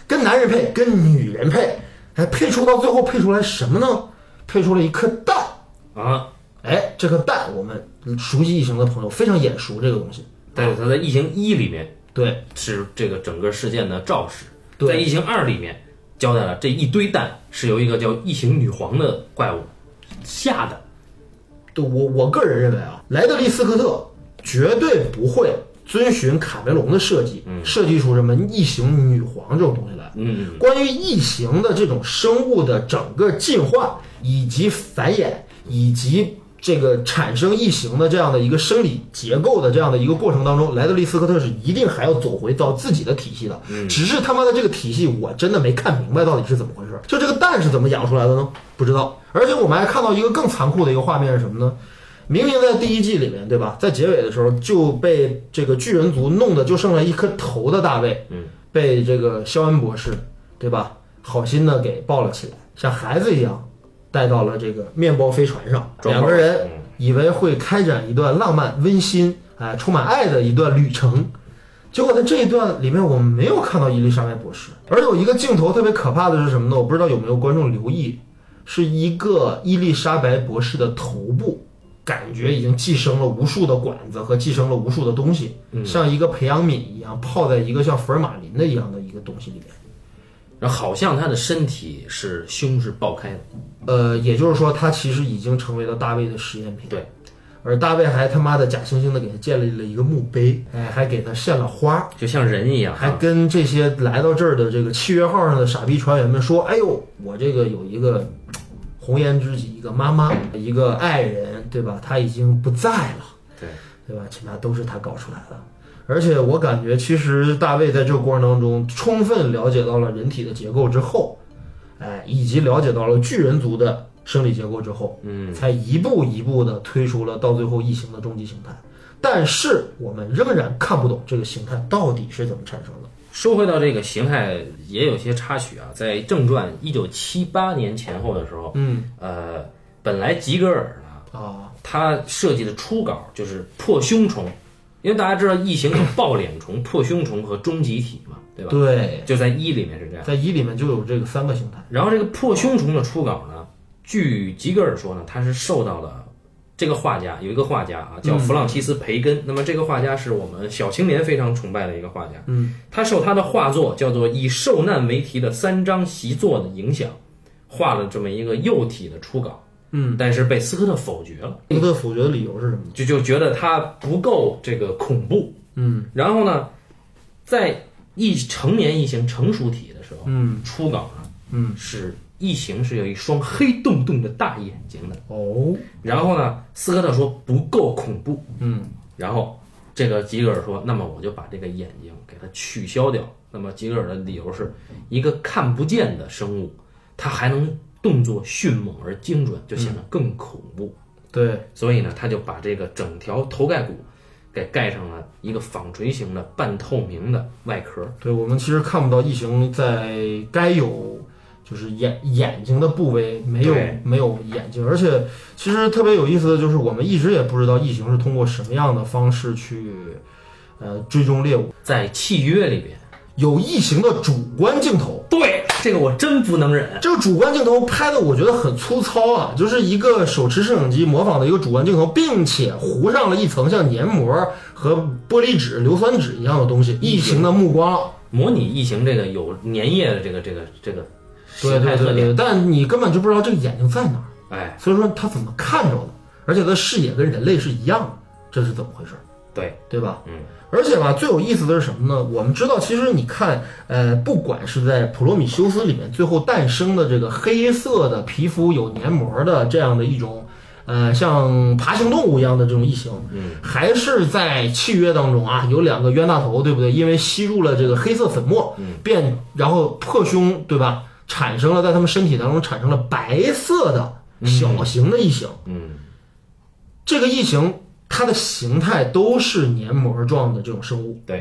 跟男人配，跟女人配，哎，配出到最后配出来什么呢？配出了一颗蛋啊！ 哎，这颗蛋我们熟悉异形的朋友非常眼熟这个东西。 对，它在异形1里面对是这个整个事件的肇始， 对在异形2里面交代了这一堆蛋是由一个叫异形女皇的怪物下的。 对，我个人认为啊，莱德利·斯科特绝对不会遵循卡梅隆的设计，设计出什么异形女皇这种东西来。关于异形的这种生物的整个进化以及繁衍，以及这个产生异形的这样的一个生理结构的这样的一个过程当中，莱德利·斯科特是一定还要走回到自己的体系的。只是他妈的这个体系我真的没看明白到底是怎么回事。就这个蛋是怎么养出来的呢？不知道。而且我们还看到一个更残酷的一个画面是什么呢？明明在第1季里面，对吧，在结尾的时候就被这个巨人族弄得就剩了一颗头的大卫，被这个肖恩博士，对吧，好心的给抱了起来，像孩子一样带到了这个面包飞船上，两个人以为会开展一段浪漫温馨充满爱的一段旅程。结果在这一段里面我们没有看到伊丽莎白博士，而有一个镜头特别可怕的是什么呢？我不知道有没有观众留意，是一个伊丽莎白博士的头部感觉已经寄生了无数的管子和寄生了无数的东西，像一个培养皿一样泡在一个像福尔马林的一样的一个东西里面。 然后好像他的身体是胸是爆开的， 也就是说他其实已经成为了大卫的实验品。 对， 而大卫还他妈的假惺惺的给他建立了一个墓碑，还给他献了花， 就像人一样， 还跟这些来到这儿的这个契约号上的傻逼船员们说：“哎呦，我这个有一个红颜知己，一个妈妈，一个爱人，对吧？他已经不在了，对吧？起码都是他搞出来的。”而且我感觉，其实大卫在这个过程当中，充分了解到了人体的结构之后，以及了解到了巨人族的生理结构之后，才一步一步的推出了到最后异形的终极形态。但是我们仍然看不懂这个形态到底是怎么产生的。 说回到这个形态，也有些插曲啊。在正传1978年前后的时候，本来吉格尔呢，他设计的初稿就是破胸虫。因为大家知道异形有抱脸虫、破胸虫和终极体嘛，对吧？ 对， 就在1里面是这样， 在1里面就有这个3个形态。 然后这个破胸虫的初稿呢，据吉格尔说呢，他是受到了这个画家，有一个画家啊叫弗朗西斯·培根。那么这个画家是我们小青年非常崇拜的一个画家。他受他的画作叫做以受难为题的3张习作的影响，画了这么一个幼体的初稿。但是被斯科特否决了。 斯科特否决的理由是什么？ 就觉得他不够这个恐怖。然后呢，在成年异形成熟体的时候，初稿呢，是异形是有一双黑洞洞的大眼睛的。然后呢，斯科特说不够恐怖。然后这个吉格尔说，那么我就把这个眼睛给它取消掉。那么吉格尔的理由是一个看不见的生物，它还能动作迅猛而精准，就显得更恐怖。 对， 所以呢，他就把这个整条头盖骨给盖上了一个纺锤形的半透明的外壳。 对，我们其实看不到异形在该有就是眼睛的部位没有眼睛，而且其实特别有意思的就是，我们一直也不知道异形是通过什么样的方式去追踪猎物。 在契约里边有异形的主观镜头。 对，这个我真不能忍。 这个主观镜头拍的我觉得很粗糙啊，就是一个手持摄影机模仿的一个主观镜头，并且糊上了一层像黏膜和玻璃纸、硫酸纸一样的东西，异形的目光， 模拟异形这个有粘液的这个形态特点。 对，但你根本就不知道这个眼睛在哪儿，所以说他怎么看着的，而且他视野跟人类是一样的，这是怎么回事？对吧？而且吧，最有意思的是什么呢？我们知道，其实你看，不管是在普罗米修斯里面最后诞生的这个黑色的皮肤有黏膜的这样的一种，像爬行动物一样的这种异形，还是在契约当中啊，有2个冤大头，对不对？因为吸入了这个黑色粉末，然后破胸，对吧？产生了在他们身体当中产生了白色的小型的异形，这个异形。它的形态都是黏膜状的这种生物， 对，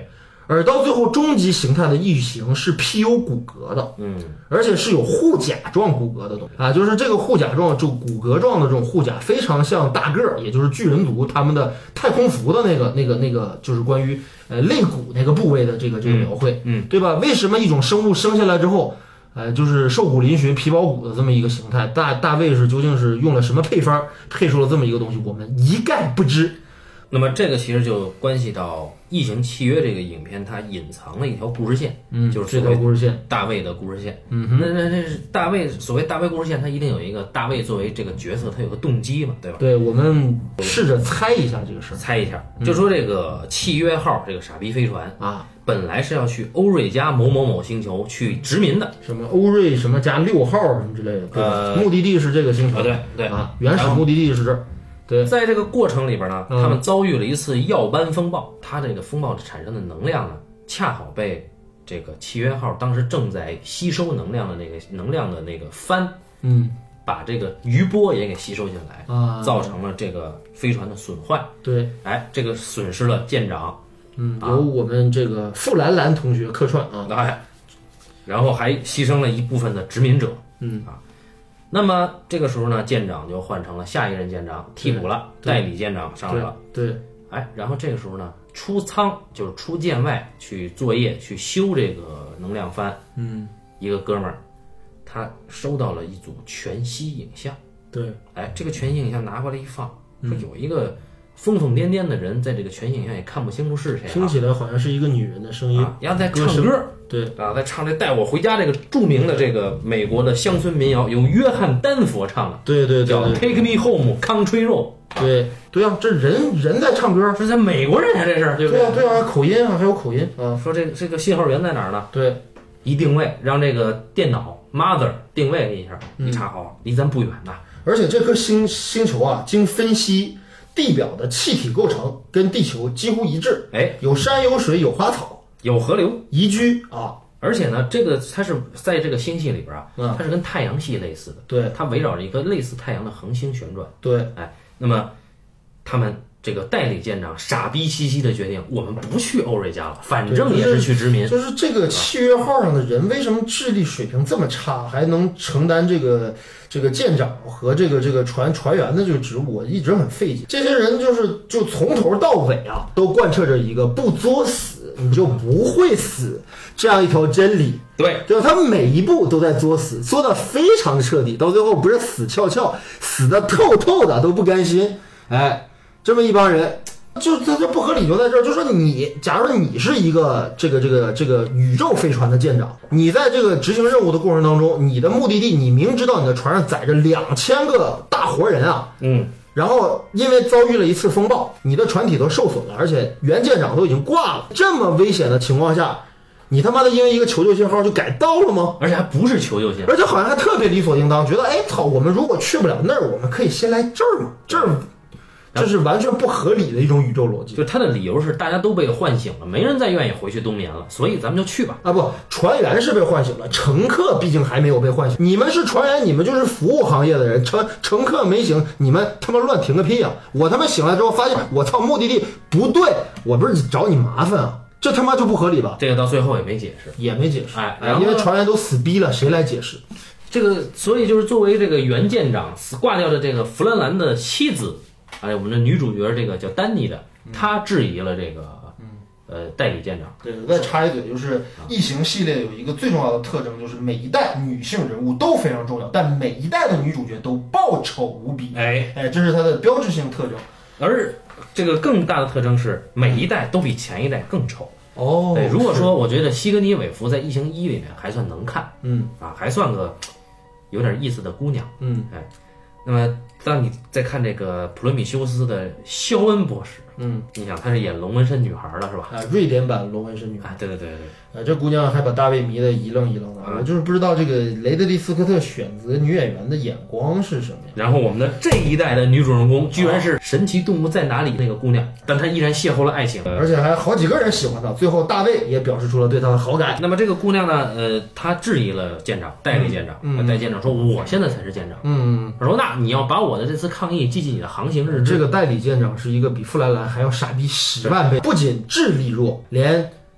而到最后终极形态的异形是披有骨骼的，而且是有护甲状骨骼的东西啊，就是这个护甲状就骨骼状的这种护甲非常像大个儿，也就是巨人族他们的太空服的那个，就是关于肋骨那个部位的这个描绘，对吧？为什么一种生物生下来之后，就是瘦骨嶙峋、皮包骨的这么一个形态，大卫是究竟是用了什么配方配出了这么一个东西，我们一概不知。 那么这个其实就关系到《异形契约》这个影片，它隐藏了一条故事线，就是这条故事线， 大卫的故事线。那是大卫，所谓大卫故事线，它一定有一个大卫作为这个角色，他有个动机嘛，对吧？ 对，我们试着猜一下这个事儿， 猜一下，就说这个契约号这个傻逼飞船啊， 本来是要去欧瑞加某某某星球去殖民的， 什么欧瑞什么加6号什么之类的，目的地是这个星球， 对啊，原始目的地是这儿。对， 在这个过程里边呢，他们遭遇了一次耀斑风暴，它这个风暴产生的能量呢，恰好被这个契约号当时正在吸收能量的那个帆，把这个余波也给吸收进来，造成了这个飞船的损坏。对，这个损失了舰长， 由我们这个傅兰兰同学客串啊， 然后还牺牲了一部分的殖民者，那么这个时候呢，舰长就换成了下一任舰长，替补了，代理舰长上来了。 对， 然后这个时候呢，出舱就是出舰外去作业，去修这个能量帆。一个哥们儿，他收到了一组全息影像。对，这个全息影像拿过来一放，说有一个疯疯癫癫的人在这个全息影像也看不清楚是谁， 听起来好像是一个女人的声音， 然后在唱歌。对在唱这带我回家这个著名的这个美国的乡村民谣，由约翰丹佛唱的， 对， 叫 Take Me Home Country Road。 对啊，这人在唱歌， 是在美国人呀，这是对不对？ 对啊，口音啊，还有口音啊。 说这个信号源在哪儿呢？ 对， 一定位让这个电脑 Mother 定位了一下，一查好，离咱不远呐。 而且这颗星球啊，经分析，地表的气体构成跟地球几乎一致，有山有水有花草。有河流宜居啊，而且呢，这个它是在这个星系里边啊，它是跟太阳系类似的，对，它围绕着一个类似太阳的恒星旋转，对，那么他们这个代理舰长傻逼兮兮的决定，我们不去欧瑞加了，反正也是去殖民。就是这个契约号上的人为什么智力水平这么差，还能承担这个舰长和这个船员的这个职务，我一直很费解。这些人就从头到尾啊，都贯彻着一个不作死你就不会死这样一条真理。对，就是他每一步都在作死，作的非常彻底，到最后不是死翘翘，死的透透的都不甘心。这么一帮人，就他这不合理就在这儿，就说假如你是一个这个宇宙飞船的舰长，你在这个执行任务的过程当中，你的目的地你明知道你的船上载着2000个大活人啊，然后因为遭遇了一次风暴，你的船体都受损了，而且原舰长都已经挂了，这么危险的情况下，你他妈的因为一个求救信号就改道了吗？而且还不是求救信号，而且好像还特别理所应当，觉得操，我们如果去不了那儿，我们可以先来这儿嘛，这是完全不合理的一种宇宙逻辑。就他的理由是大家都被唤醒了，没人再愿意回去冬眠了，所以咱们就去吧。不，船员是被唤醒了，乘客毕竟还没有被唤醒。你们是船员，你们就是服务行业的人，乘客没醒，你们他妈乱停个屁呀！我他妈醒来之后发现，我操，目的地不对，我不是找你麻烦啊，这他妈就不合理吧？这个到最后也没解释，因为船员都死逼了，谁来解释？这个，所以就是作为这个原舰长挂掉的这个弗兰兰的妻子。我们的女主角这个叫丹尼的，她质疑了这个代理舰长。对，我再插一嘴，就是异形系列有一个最重要的特征，就是每一代女性人物都非常重要，但每一代的女主角都爆丑无比。这是它的标志性特征。而这个更大的特征是，每一代都比前一代更丑。对，如果说我觉得西格尼韦弗在《异形1》里面还算能看，还算个有点意思的姑娘，那么当你再看这个普罗米修斯的肖恩博士，你想她是演龙纹身女孩了是吧？瑞典版龙纹身女孩，对。这姑娘还把大卫迷得一愣一愣的，我就是不知道这个雷德利·斯科特选择女演员的眼光是什么呀？然后我们的这一代的女主人公居然是《神奇动物在哪里》那个姑娘，但她依然邂逅了爱情，而且还好几个人喜欢她，最后大卫也表示出了对她的好感。那么这个姑娘呢，她质疑了舰长，代理舰长，代理舰长说我现在才是舰长，他说那你要把我的这次抗议记进你的航行日志。这个代理舰长是一个比富兰兰还要傻逼10万倍，不仅智力弱，连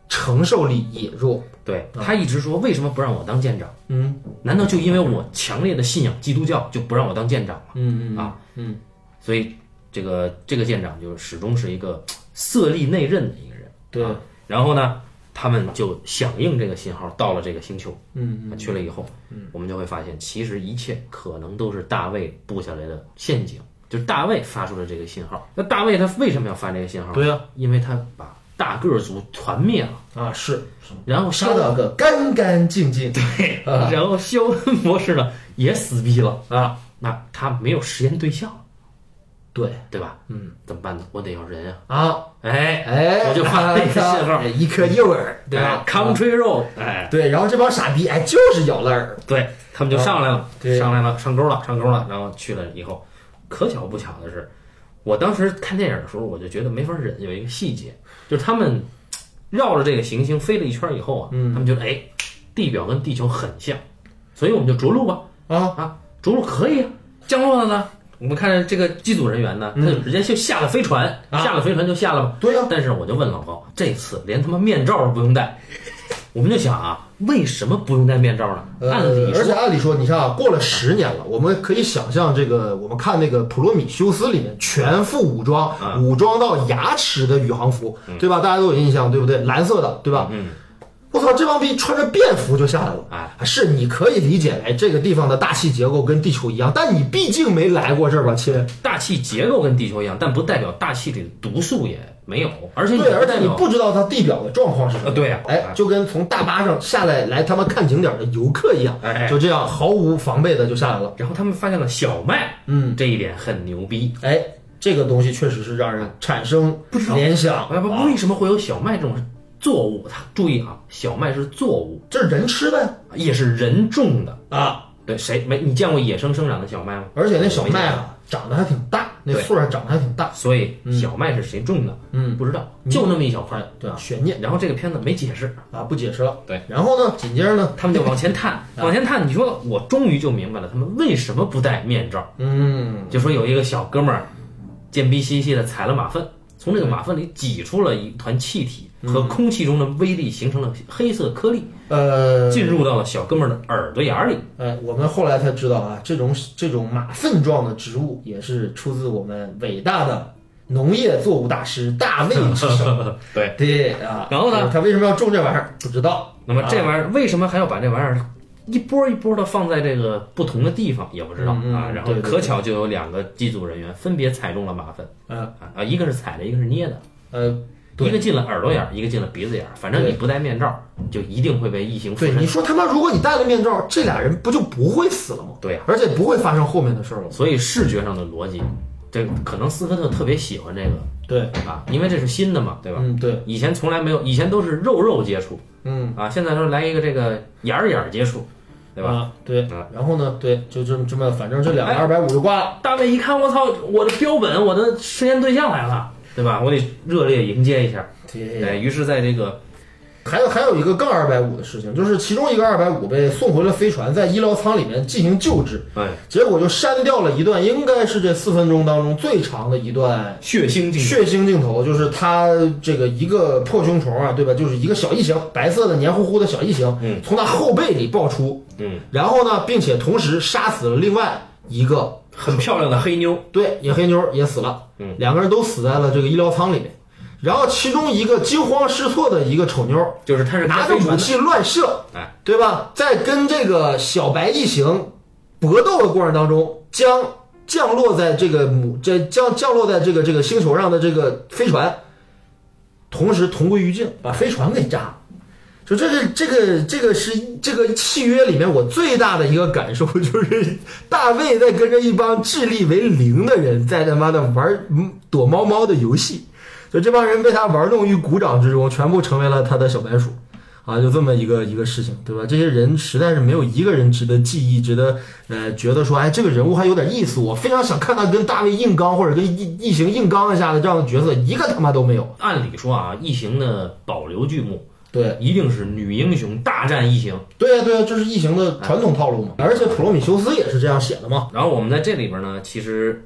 承受力也弱。 对，他一直说为什么不让我当舰长？难道就因为我强烈的信仰基督教就不让我当舰长吗？所以这个舰长就始终是一个色厉内荏的一个人。 对， 然后呢，他们就响应这个信号到了这个星球。去了以后，我们就会发现，其实一切可能都是大卫布下来的陷阱，就是大卫发出了这个信号。那大卫他为什么要发这个信号？ 对啊， 因为他把大个族团灭了啊，是， 然后杀了个干干净净。 对，然后肖恩博士呢也死逼了啊，那他没有实验对象。对吧？怎么办呢？我得要人啊！我就发了一个信号， 一颗诱饵，对吧 ？Country road， 对，然后这帮傻逼，就是咬了饵， 对他们就上来了，上钩了，然后去了以后，可巧不巧的是，我当时看电影的时候，我就觉得没法忍，有一个细节，就是他们绕着这个行星飞了一圈以后啊，他们觉得地表跟地球很像，所以我们就着陆吧，着陆可以啊，降落了呢。我们看这个机组人员呢，他就直接就下了飞船，下了飞船就下了吧。 对呀。 但是我就问老高，这次连他妈面罩都不用戴，我们就想啊，为什么不用戴面罩呢？ 而且按理说，你看啊，过了10年了，我们可以想象这个，我们看那个《普罗米修斯》里面全副武装，武装到牙齿的宇航服，对吧？大家都有印象，对不对？蓝色的，对吧？我操，这帮逼穿着便服就下来了。是你可以理解，这个地方的大气结构跟地球一样，但你毕竟没来过这儿吧，亲。 大气结构跟地球一样，但不代表大气里的毒素也没有，而且你不知道它地表的状况是什么。 对呀， 就跟从大巴上下来他们看景点的游客一样，就这样毫无防备的就下来了。 然后他们发现了小麦，这一点很牛逼。 这个东西确实是让人产生联想。 为什么会有小麦这种作物？注意啊，小麦是作物， 这是人吃的， 也是人种的啊。 对，谁没？你见过野生生长的小麦吗？ 而且那小麦啊，长得还挺大，那树上长得还挺大。 所以小麦是谁种的？不知道，就那么一小块， 对啊，悬念。 然后这个片子没解释啊，不解释了。 对， 然后呢，紧接着呢， 他们就往前探，往前探。你说我终于就明白了，他们为什么不戴面罩？就说有一个小哥们儿贱逼兮兮的踩了马粪，从这个马粪里挤出了一团气体，和空气中的微粒形成了黑色颗粒，进入到了小哥们儿的耳朵眼里。 我们后来才知道啊，这种马粪状的植物也是出自我们伟大的农业作物大师大卫之手。对啊， 然后呢， 他为什么要种这玩意儿？不知道。 那么这玩意儿为什么还要把这玩意儿一波一波的放在这个不同的地方，也不知道啊。然后可巧就有2个机组人员分别踩中了马粪，一个是踩的，一个是捏的，一个进了耳朵眼，一个进了鼻子眼。反正你不戴面罩，就一定会被异形附身。 对，你说他妈，如果你戴了面罩，这俩人不就不会死了吗？ 对呀， 而且不会发生后面的事了。 所以视觉上的逻辑，这可能斯科特特别喜欢这个。 对啊，因为这是新的嘛，对吧？ 对， 以前从来没有，以前都是肉接触，现在说来一个这个眼接触。对吧？ 对，然后呢？对，就这么，反正这2个250就挂了。 大卫一看，我操，我的标本，我的实验对象来了，对吧？我得热烈迎接一下。对，于是在这个还有一个更250的事情，就是其中一个250被送回了飞船，在医疗舱里面进行救治，结果就删掉了一段，应该是这4分钟当中最长的一段血腥镜头，就是他这个一个破胸虫啊，对吧？就是一个小异形，白色的黏糊糊的小异形，从他后背里爆出，然后呢，并且同时杀死了另外一个很漂亮的黑妞， 对，黑妞也死了，2个人都死在了这个医疗舱里面。然后其中一个惊慌失措的一个丑妞， 就是他是拿着武器乱射，对吧？在跟这个小白异形搏斗的过程当中，将降落在这个降落在这个星球上的这个飞船，同时同归于尽，把飞船给炸了。就这个是这个契约里面我最大的一个感受，就是大卫在跟着一帮智力为0的人在他妈的玩躲猫猫的游戏。就这帮人被他玩弄于股掌之中，全部成为了他的小白鼠，啊，就这么一个事情，对吧？这些人实在是没有一个人值得记忆，值得觉得说，这个人物还有点意思，我非常想看他跟大卫硬刚或者跟异形硬刚一下的这样的角色，一个他妈都没有。 按理说啊，异形的保留剧目， 对， 一定是女英雄大战异形。 对啊，这是异形的传统套路嘛。而且普罗米修斯也是这样写的嘛。 然后我们在这里边呢，其实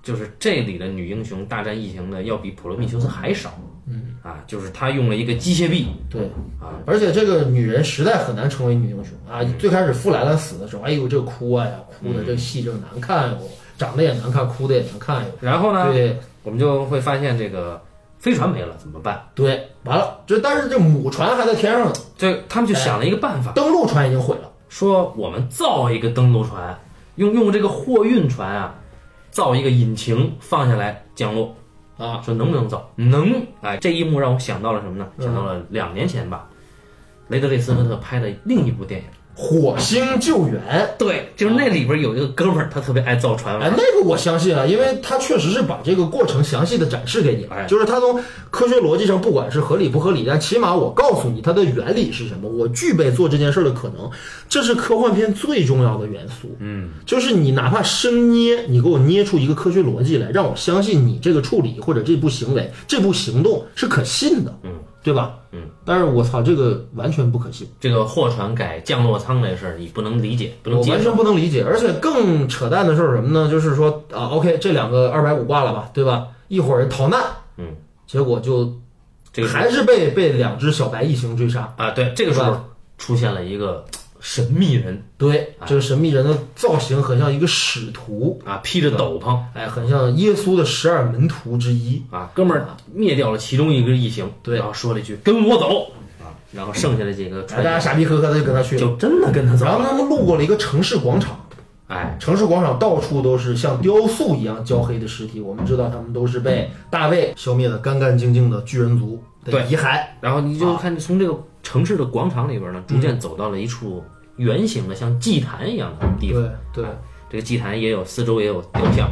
就是这里的女英雄大战异形的要比普罗米修斯还少。就是他用了一个机械臂。 对而且这个女人实在很难成为女英雄啊！最开始富莱兰死的时候，哎呦这哭呀，哭的这个戏正难看哟，长得也难看，哭的也难看哟。 然后呢， 对， 我们就会发现这个飞船没了怎么办？ 对，完了，但是这母船还在天上呢。 他们就想了一个办法， 登陆船已经毁了， 说我们造一个登陆船，用这个货运船啊，造一个引擎放下来降落。说能不能造？能！这一幕让我想到了什么呢？想到了2年前吧，雷德利·斯科特拍的另一部电影 《火星救援》。 对，就是那里边有一个哥们儿，他特别爱造船。 那个我相信啊，因为他确实是把这个过程详细的展示给你了。就是他从科学逻辑上，不管是合理不合理，但起码我告诉你它的原理是什么，我具备做这件事的可能，这是科幻片最重要的元素。就是你哪怕生捏，你给我捏出一个科学逻辑来，让我相信你这个处理或者这步行为、这步行动是可信的。对吧？但是我操，这个完全不可信。 这个货船改降落舱这事儿，你不能理解，不能接受， 我完全不能理解。而且更扯淡的是什么呢？就是说OK， 这2个250挂了吧，对吧？一会儿逃难，结果就还是被2只小白异形追杀啊！对，这个时候出现了一个神秘人。 对，这个神秘人的造型很像一个使徒披着斗篷， 很像耶稣的12门徒之一哥们儿灭掉了其中一个异形， 对， 然后说了一句跟我走然后剩下的几个大家傻逼呵呵的就跟他去了， 就真的跟他走了。 然后他们路过了一个城市广场，城市广场到处都是像雕塑一样焦黑的尸体，我们知道他们都是被大卫消灭的干干净净的巨人族的遗骸。 然后你就看从这个城市的广场里边呢，逐渐走到了一处圆形的像祭坛一样的地方。 对， 这个祭坛四周也有雕像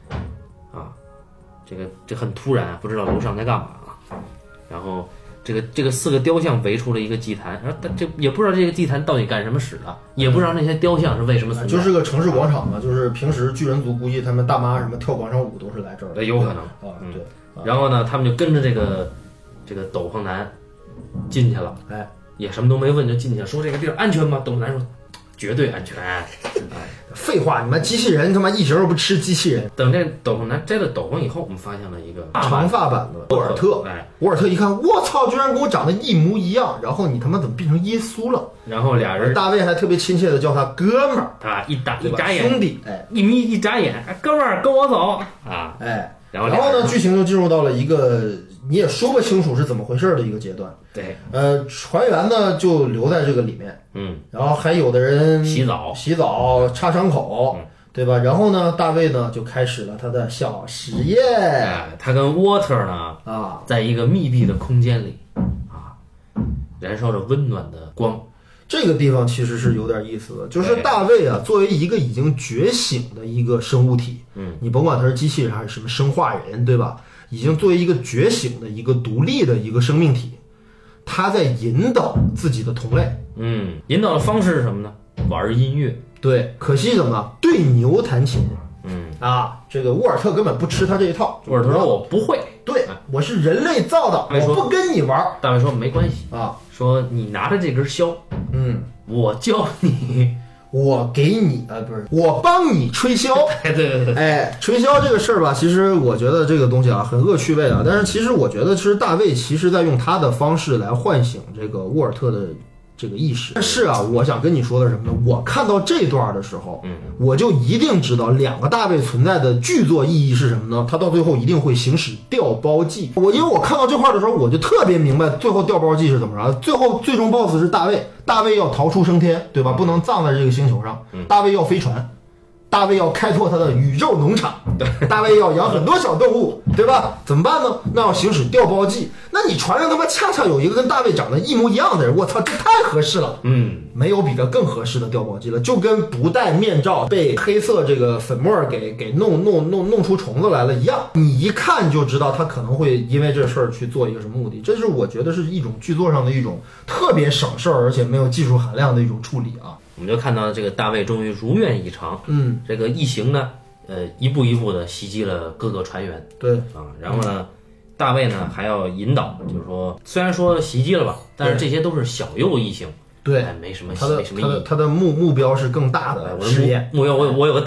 这很突然不知道楼上在干嘛然后这个4个雕像围出了一个祭坛，然后这也不知道这个祭坛到底干什么使的，也不知道那些雕像是为什么存在。 就是个城市广场嘛，就是平时巨人族估计他们大妈什么跳广场舞都是来这儿的， 有可能对。然后呢，他们就跟着这个斗篷男进去了，也什么都没问就进去了，说这个地儿安全吗？斗篷男说绝对安全。 废话，你妈机器人他妈异形又不吃机器人。 等这斗篷男摘了斗篷以后，我们发现了一个长发版的沃尔特。沃尔特一看，我操，居然跟我长得一模一样。然后你他妈怎么变成耶稣了？ 然后俩人， 大卫还特别亲切的叫他哥们儿一眨眼， 兄弟， 一眨眼，哥们儿跟我走然后呢，剧情就进入到了一个你也说不清楚是怎么回事的一个阶段。 对， 船员呢就留在这个里面，然后还有的人洗澡、 擦伤口，对吧？然后呢，大卫呢就开始了他的小实验。 他跟 Water 呢在一个密闭的空间里燃烧着温暖的光。 这个地方其实是有点意思的，就是大卫作为一个已经觉醒的一个生物体，你甭管他是机器人还是什么生化人，对吧？已经作为一个觉醒的一个独立的一个生命体，他在引导自己的同类。 引导的方式是什么呢？玩音乐。 对，可惜什么？对牛弹琴。这个沃尔特根本不吃他这一套。 沃尔特说我不会， 对，我是人类造的，我不跟你玩。 大卫说没关系说你拿着这根箫，我教你， 我给你不是，我帮你吹箫。 对， 吹箫这个事儿吧，其实我觉得这个东西很恶趣味但是其实我觉得是大卫其实在用他的方式来唤醒这个沃尔特的这个意识。但是我想跟你说的是什么呢？我看到这段的时候，我就一定知道2个大卫存在的剧作意义是什么呢？他到最后一定会行使调包计。因为我看到这块的时候，我就特别明白最后调包计是怎么着。最终 BOSS 是大卫，大卫要逃出升天，对吧？不能葬在这个星球上，大卫要飞船。大卫要开拓他的宇宙农场，大卫要养很多小动物，对吧？怎么办呢？那要行使调包计。那你船上他妈恰恰有一个跟大卫长得一模一样的人，我操，这太合适了。没有比这更合适的调包计了，就跟不戴面罩被黑色这个粉末给弄出虫子来了一样。你一看就知道他可能会因为这事儿去做一个什么目的。这是我觉得是一种剧作上的一种特别省事儿而且没有技术含量的一种处理我们就看到这个大卫终于如愿以偿，这个异形呢，一步一步的袭击了各个船员， 对然后呢，大卫呢还要引导，就是说虽然说袭击了吧，但是这些都是小幼异形， 对， 没什么他意义。 他的目标是更大的试验。 目标我有个蛋，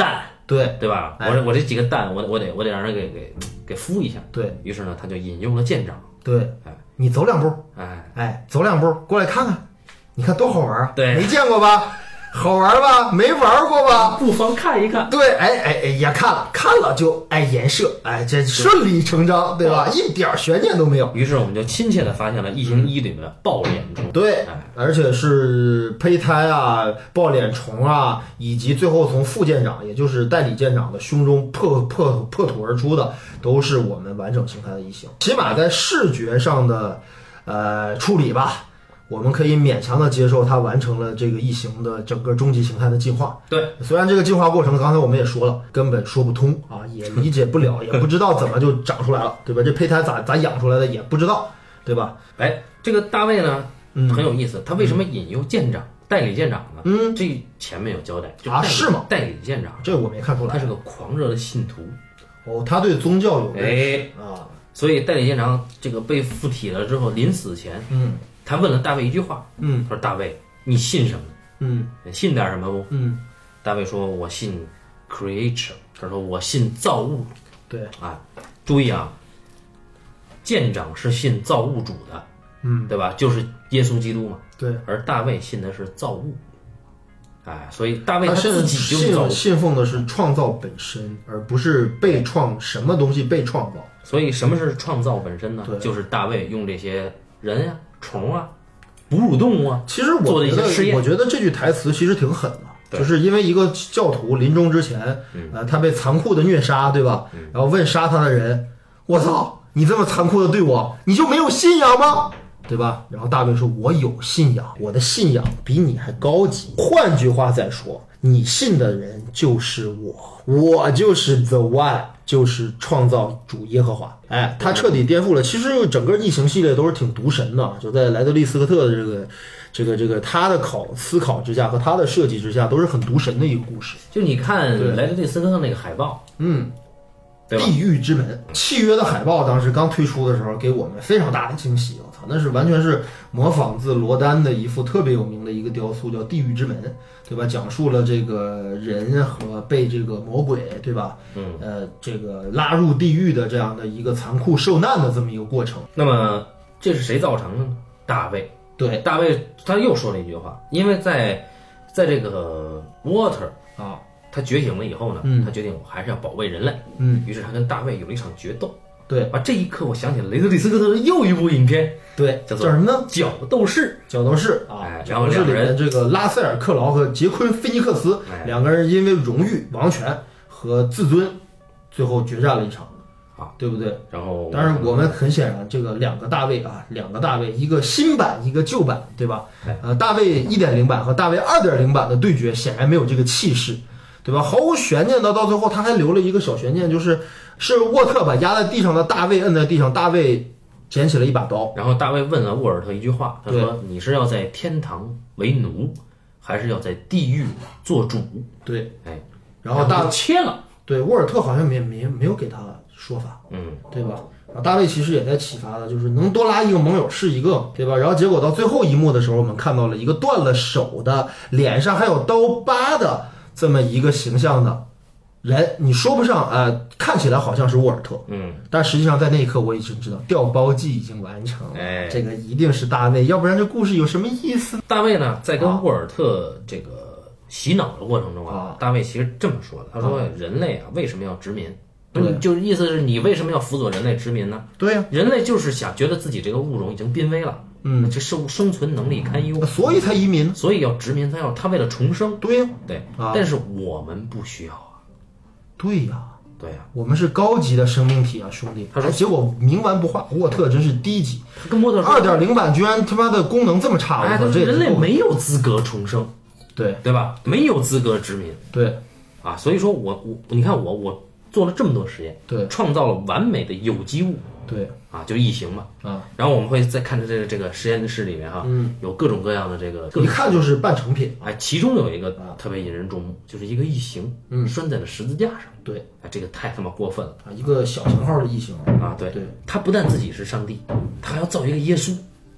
对吧？我这几个蛋，我得让人给孵一下。 对于是呢，他就引用了舰长。 对，你走2步，走2步过来看看，你看多好玩啊！ 对， 没见过吧？好玩吧？没玩过吧？ 不妨看一看。 对，也看了就颜射，这顺理成章，对吧？一点悬念都没有。 于是我们就亲切地发现了异形1里面爆脸虫。 对，而且是胚胎啊、爆脸虫啊，以及最后从副舰长，也就是代理舰长的胸中破土而出的，都是我们完整形态的异形。起码在视觉上的处理吧。我们可以勉强的接受它完成了这个异形的整个终极形态的进化。 对， 虽然这个进化过程刚才我们也说了，根本说不通啊，也理解不了，也不知道怎么就长出来了，对吧？这胚胎咋养出来的也不知道，对吧？ 这个大卫呢，很有意思，他为什么引诱舰长、代理舰长呢？这前面有交代是吗？ 代理舰长， 这我没看出来， 他是个狂热的信徒。 他对宗教有所以代理舰长这个被附体了之后，临死前，他问了大卫一句话，他说：“大卫，你信什么？信点什么不？”大卫说：“我信 creature。”他说：“我信造物。” 对注意啊，舰长是信造物主的，对吧？就是耶稣基督嘛。 对， 而大卫信的是造物。所以大卫他自己就是造物， 信奉的是创造本身，而不是被什么东西被创造。 所以什么是创造本身呢？就是大卫用这些人呀、虫啊、哺乳动物啊， 其实做的一些实验。 我觉得这句台词其实挺狠的，就是因为一个教徒临终之前，他被残酷的虐杀，对吧？然后问杀他的人：“我操，你这么残酷的对我，你就没有信仰吗？”对吧？然后大卫说：“我有信仰，我的信仰比你还高级。换句话再说，你信的人就是我，我就是 the one， 就是创造主耶和华。”他彻底颠覆了。其实整个异形系列都是挺毒神的，就在莱德利·斯科特的这个他的思考之下和他的设计之下，都是很毒神的一个故事。 就你看莱德利·斯科特那个海报， 地狱之门契约的海报当时刚推出的时候，给我们非常大的惊喜。我操，那是完全是模仿自罗丹的一幅特别有名的一个雕塑，叫地狱之门，对吧？讲述了这个人和被这个魔鬼，对吧？这个拉入地狱的这样的一个残酷受难的这么一个过程。 那么这是谁造成的呢？大卫。 对， 大卫他又说了一句话，因为在这个 Water 他觉醒了以后呢，他决定我还是要保卫人类。于是他跟大卫有了一场决斗。 对， 这一刻我想起了雷德利·斯科特的又一部影片， 对， 叫什么呢？ 角斗士。 角斗士然后两个人， 这个拉塞尔·克劳和杰昆·菲尼克斯两个人因为荣誉、王权和自尊，最后决战了一场。对不对？ 然后， 当然我们很显然，这个两个大卫，一个新版，一个旧版，对吧？大卫 1.0 版和大卫 2.0 版的对决显然没有这个气势，对吧？毫无悬念的，到最后他还留了一个小悬念，是沃特把压在地上的大卫摁在地上，大卫捡起了一把刀， 然后大卫问了沃尔特一句话，他说：“你是要在天堂为奴，还是要在地狱做主？” 对， 然后大卫切了。 对，沃尔特好像没有给他说法，对吧？然后大卫其实也在启发的，就是能多拉一个盟友是一个，对吧？然后结果到最后一幕的时候，我们看到了一个断了手的、脸上还有刀疤的这么一个形象的人，你说不上看起来好像是沃尔特，但实际上在那一刻我已经知道调包计已经完成了，这个一定是大卫，要不然这故事有什么意思？ 大卫呢，在跟沃尔特这个洗脑的过程中大卫其实这么说的，他说：“人类为什么要殖民？就是意思是你为什么要辅佐人类殖民呢？ 对呀， 人类就是觉得自己这个物种已经濒危了，这生存能力堪忧， 所以才移民， 所以要殖民，他为了重生。 对呀， 对，但是我们不需要啊。 对呀， 对呀， 我们是高级的生命体啊，兄弟。他说，结果冥顽不化，沃特真是低级。 跟沃特 2.0 版居然他妈的功能这么差，我操，这人类没有资格重生， 对吧？没有资格殖民， 对所以说你看我做了这么多实验， 对， 创造了完美的有机物， 对就异形嘛，然后我们会再看着这个实验室里面有各种各样的这个， 一看就是半成品， 其中有一个特别引人注目，就是一个异形，拴在了十字架上， 对， 这个太他妈过分了一个小型号的异形对，他不但自己是上帝，他还要造一个耶稣，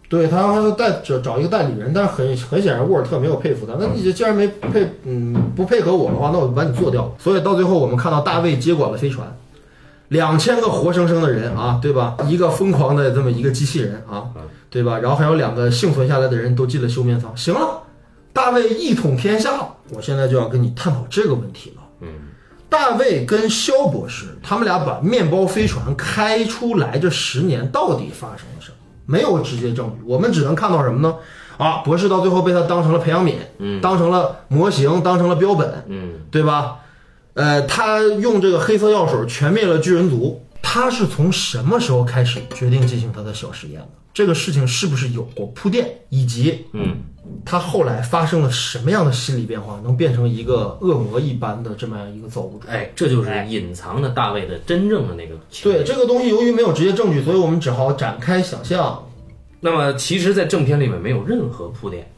对，他还找一个代理人，但是很显然沃尔特没有佩服他。那你既然不配合我的话，那我就把你做掉。所以到最后我们看到大卫接管了飞船，2000个活生生的人啊，对吧？一个疯狂的这么一个机器人啊，对吧？然后还有2个幸存下来的人都进了休眠舱。行了，大卫一统天下了。我现在就要跟你探讨这个问题了。大卫跟肖博士他们俩把面包飞船开出来这10年到底发生了什么？没有直接证据，我们只能看到什么呢？啊，博士到最后被他当成了培养皿，当成了模型，当成了标本，对吧？他用这个黑色药水全灭了巨人族。他是从什么时候开始决定进行他的小实验的？这个事情是不是有过铺垫？以及，他后来发生了什么样的心理变化，能变成一个恶魔一般的这么样一个造物主？ 这就是隐藏的大卫的真正的那个情对，这个东西由于没有直接证据，所以我们只好展开想象。 那么其实在正片里面没有任何铺垫。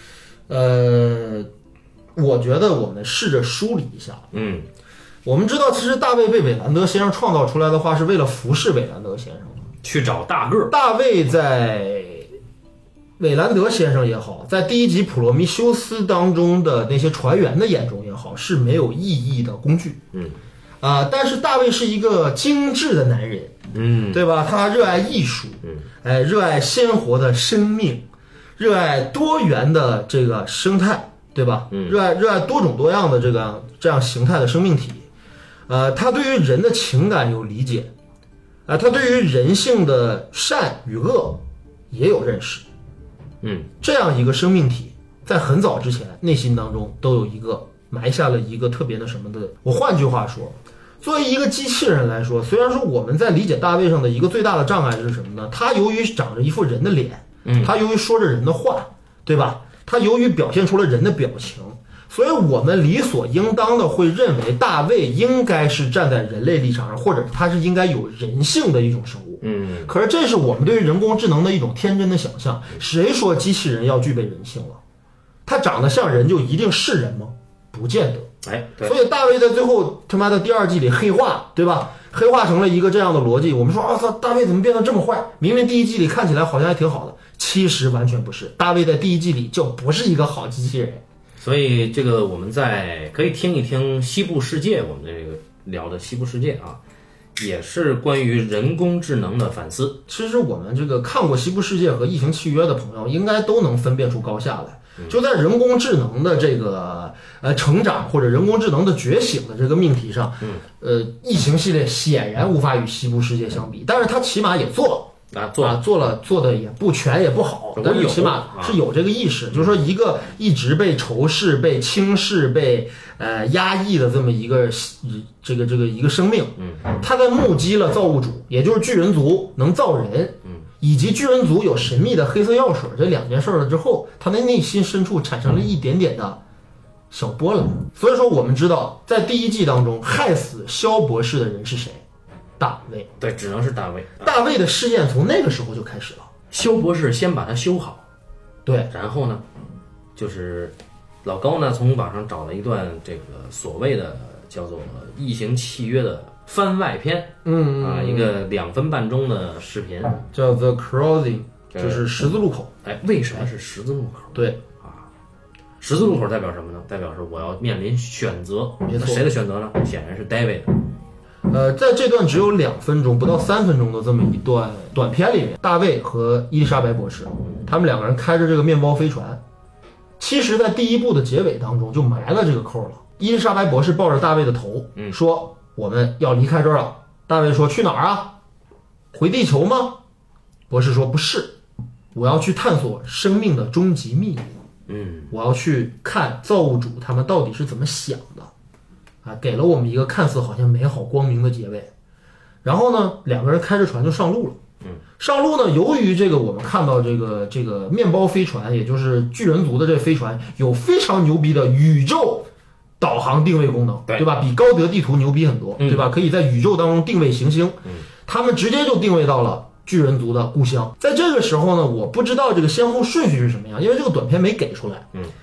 我觉得我们试着梳理一下。我们知道其实大卫被韦兰德先生创造出来的话是为了服侍韦兰德先生， 去找大个儿。 大卫在韦兰德先生也好，在第1集普罗米修斯当中的那些船员的眼中也好，是没有意义的工具。但是大卫是一个精致的男人，对吧？他热爱艺术，热爱鲜活的生命，热爱多元的这个生态，对吧？热爱多种多样的这样形态的生命体。他对于人的情感有理解，他对于人性的善与恶也有认识。这样一个生命体，在很早之前，内心当中都有埋下了一个特别的什么的。我换句话说，作为一个机器人来说，虽然说我们在理解大卫上的一个最大的障碍是什么呢？他由于长着一副人的脸，他由于说着人的话，对吧？他由于表现出了人的表情，所以我们理所应当的会认为大卫应该是站在人类立场上，或者他是应该有人性的一种生物。可是这是我们对于人工智能的一种天真的想象。谁说机器人要具备人性了？他长得像人就一定是人吗？不见得。 对， 所以大卫在最后他妈的第2季里黑化，对吧？黑化成了一个这样的逻辑。我们说啊，大卫怎么变得这么坏？明明第1季里看起来好像还挺好的，其实完全不是。大卫在第1季里就不是一个好机器人。 所以这个我们可以听一听西部世界，我们这个聊的西部世界啊，也是关于人工智能的反思。 其实我们这个看过西部世界和异形契约的朋友应该都能分辨出高下来。就在人工智能的这个成长或者人工智能的觉醒的这个命题上，异形系列显然无法与西部世界相比，但是它起码也做的也不全也不好，但是起码是有这个意识，就是说一个一直被仇视、被轻视、被压抑的这么一个一个生命，他在目击了造物主，也就是巨人族能造人，以及巨人族有神秘的黑色药水这2件事了之后，他的内心深处产生了一点点的小波澜。所以说我们知道在第1季当中害死肖博士的人是谁？大卫。 对，只能是大卫。 大卫的试验从那个时候就开始了。 肖博士先把它修好， 对， 然后呢，就是老高呢从网上找了一段这个所谓的叫做异形契约的番外篇，一个2分半钟的视频， 叫 The Crossing， 就是十字路口。 为什么是十字路口？ 对十字路口代表什么呢？代表是我要面临选择。 没错， 谁的选择呢？显然是 David。 在这段只有2分钟不到3分钟的这么一段短片里面，大卫和伊丽莎白博士他们2个人开着这个面包飞船，其实在第1部的结尾当中就埋了这个扣了。伊丽莎白博士抱着大卫的头说我们要离开这儿了。大卫说去哪儿啊？回地球吗？博士说不是，我要去探索生命的终极秘密。我要去看造物主他们到底是怎么想的给了我们一个看似好像美好光明的结尾。然后呢，2个人开着船就上路了。上路呢，由于这个我们看到这个面包飞船，也就是巨人族的这飞船有非常牛逼的宇宙导航定位功能，对吧？比高德地图牛逼很多，对吧？可以在宇宙当中定位行星。他们直接就定位到了巨人族的故乡。在这个时候呢，我不知道这个先后顺序是什么样，因为这个短片没给出来。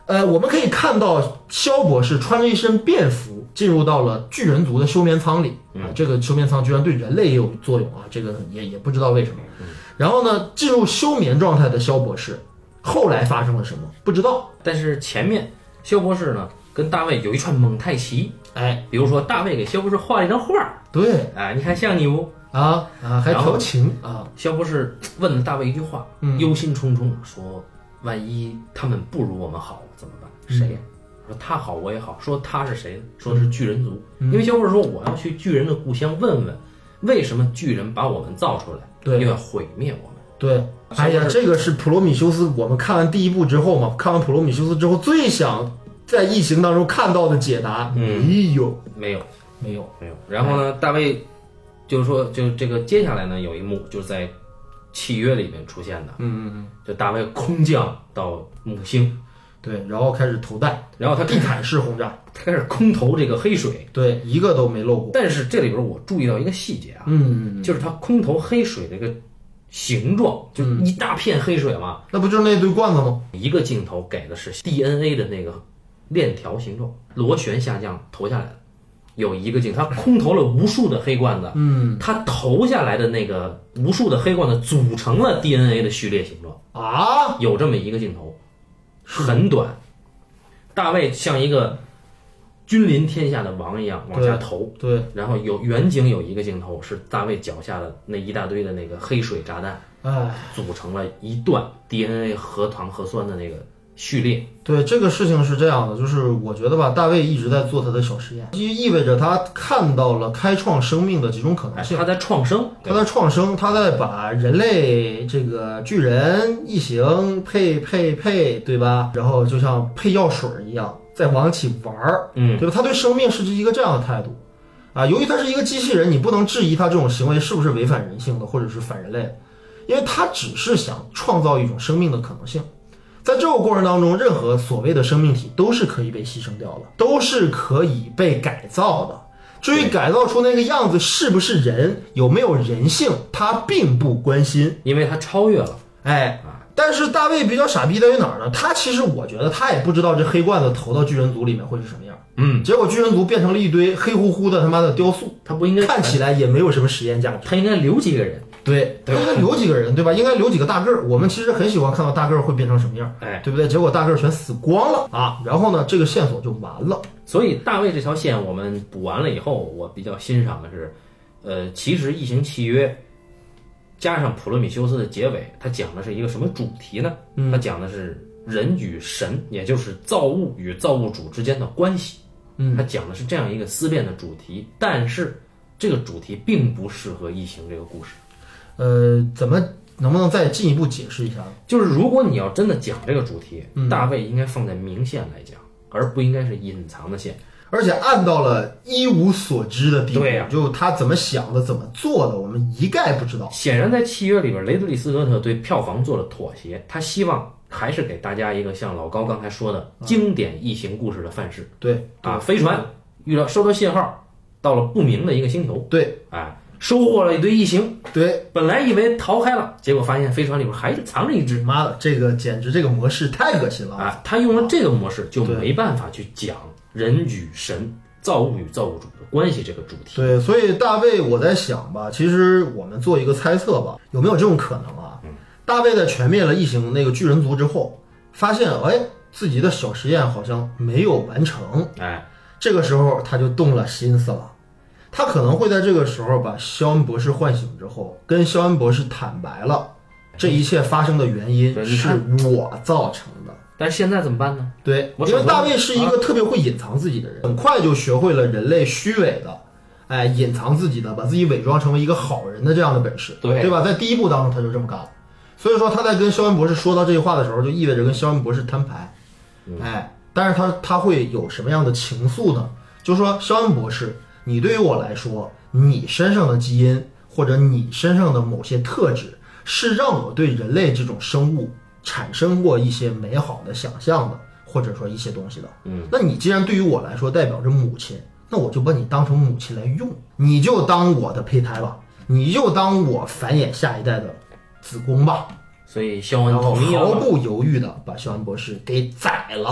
我们可以看到萧博士穿着一身便服进入到了巨人族的休眠舱里啊，这个休眠舱居然对人类也有作用啊，这个也不知道为什么。然后呢，进入休眠状态的萧博士后来发生了什么不知道， 但是前面萧博士呢跟大卫有一串蒙太奇，比如说大卫给萧博士画了一张画， 对， 你看像你不？ 还调情啊。 萧博士问了大卫一句话，忧心忡忡说：“万一他们不如我们好怎么办？谁呀？”说他好我也好。说他是谁呢？说是巨人族。因为萧博士说我要去巨人的故乡问问，为什么巨人把我们造出来，又要毁灭我们。 对，哎呀，这个是普罗米修斯。我们看完第一部之后嘛，看完普罗米修斯之后，最想在异形当中看到的解答，没有。 然后呢，大卫就是说，就这个接下来呢，有一幕就是在契约里面出现的，就大卫空降到母星， 对，然后开始投弹， 然后他地毯式轰炸， 他开始空投这个黑水， 对，一个都没漏过。 但是这里边我注意到一个细节啊，就是他空投黑水这个形状，就一大片黑水嘛， 那不就是那堆罐子吗？ 一个镜头给的是 DNA 的那个链条形状，螺旋下降投下来的。有一个镜头，他空投了无数的黑罐子，他投下来的那个无数的黑罐子组成了 DNA 的序列形状啊， 有这么一个镜头，很短。大卫像一个君临天下的王一样往下投， 对， 然后有远景有一个镜头是大卫脚下的那一大堆的那个黑水炸弹，组成了一段 DNA 核糖核酸的那个序列。 对，这个事情是这样的，就是我觉得吧，大卫一直在做他的小实验，意味着他看到了开创生命的几种可能性。 他在创生， 他在把人类这个巨人异形配，对吧？然后就像配药水一样，在往起玩儿，对吧？他对生命是一个这样的态度啊。由于他是一个机器人，你不能质疑他这种行为是不是违反人性的，或者是反人类的，因为他只是想创造一种生命的可能性。在这个过程当中，任何所谓的生命体都是可以被牺牲掉的，都是可以被改造的。至于改造出那个样子是不是人，有没有人性，他并不关心， 因为他超越了。 但是大卫比较傻逼在于哪儿呢？他其实我觉得他也不知道这黑罐子投到巨人族里面会是什么样。结果巨人族变成了一堆黑乎乎的他妈的雕塑， 他不应该看起来也没有什么实验价值。 他应该留几个人。 对，应该留几个人，对吧？应该留几个大个儿。我们其实很喜欢看到大个儿会变成什么样，对不对？结果大个儿全死光了啊！然后呢，这个线索就完了。 所以大卫这条线我们补完了以后，我比较欣赏的是，其实异形契约加上普罗米修斯的结尾，它讲的是一个什么主题呢？它讲的是人与神，也就是造物与造物主之间的关系。它讲的是这样一个思辨的主题，但是这个主题并不适合异形这个故事。 能不能再进一步解释一下？ 就是如果你要真的讲这个主题，大卫应该放在明线来讲，而不应该是隐藏的线， 而且按到了一无所知的地步。 对呀， 就他怎么想的，怎么做的，我们一概不知道。 显然，在契约里边，雷德利·斯科特对票房做了妥协，他希望还是给大家一个像老高刚才说的经典异形故事的范式。 对飞船收到信号，到了不明的一个星球。 对， 收获了一堆异形， 对， 本来以为逃开了，结果发现飞船里边还是藏着一只。 妈的，这个简直这个模式太恶心了他用了这个模式，就没办法去讲人与神、造物与造物主的关系这个主题。 对，所以大卫，我在想吧，其实我们做一个猜测吧，有没有这种可能啊？大卫在全灭了异形那个巨人族之后，发现自己的小实验好像没有完成，这个时候他就动了心思了。他可能会在这个时候把肖恩博士唤醒之后，跟肖恩博士坦白了这一切发生的原因是我造成的。 但是现在怎么办呢？ 对，因为大卫是一个特别会隐藏自己的人，很快就学会了人类虚伪的，隐藏自己的，把自己伪装成为一个好人的这样的本事，对吧？在第一部当中他就这么干了。所以说他在跟肖恩博士说到这句话的时候，就意味着跟肖恩博士摊牌。但是他会有什么样的情愫呢？就是说，肖恩博士，你对于我来说，你身上的基因或者你身上的某些特质，是让我对人类这种生物产生过一些美好的想象的，或者说一些东西的。那你既然对于我来说代表着母亲，那我就把你当成母亲来用，你就当我的胚胎吧，你就当我繁衍下一代的子宫吧。 所以肖恩同意了， 毫不犹豫的把肖恩博士给宰了。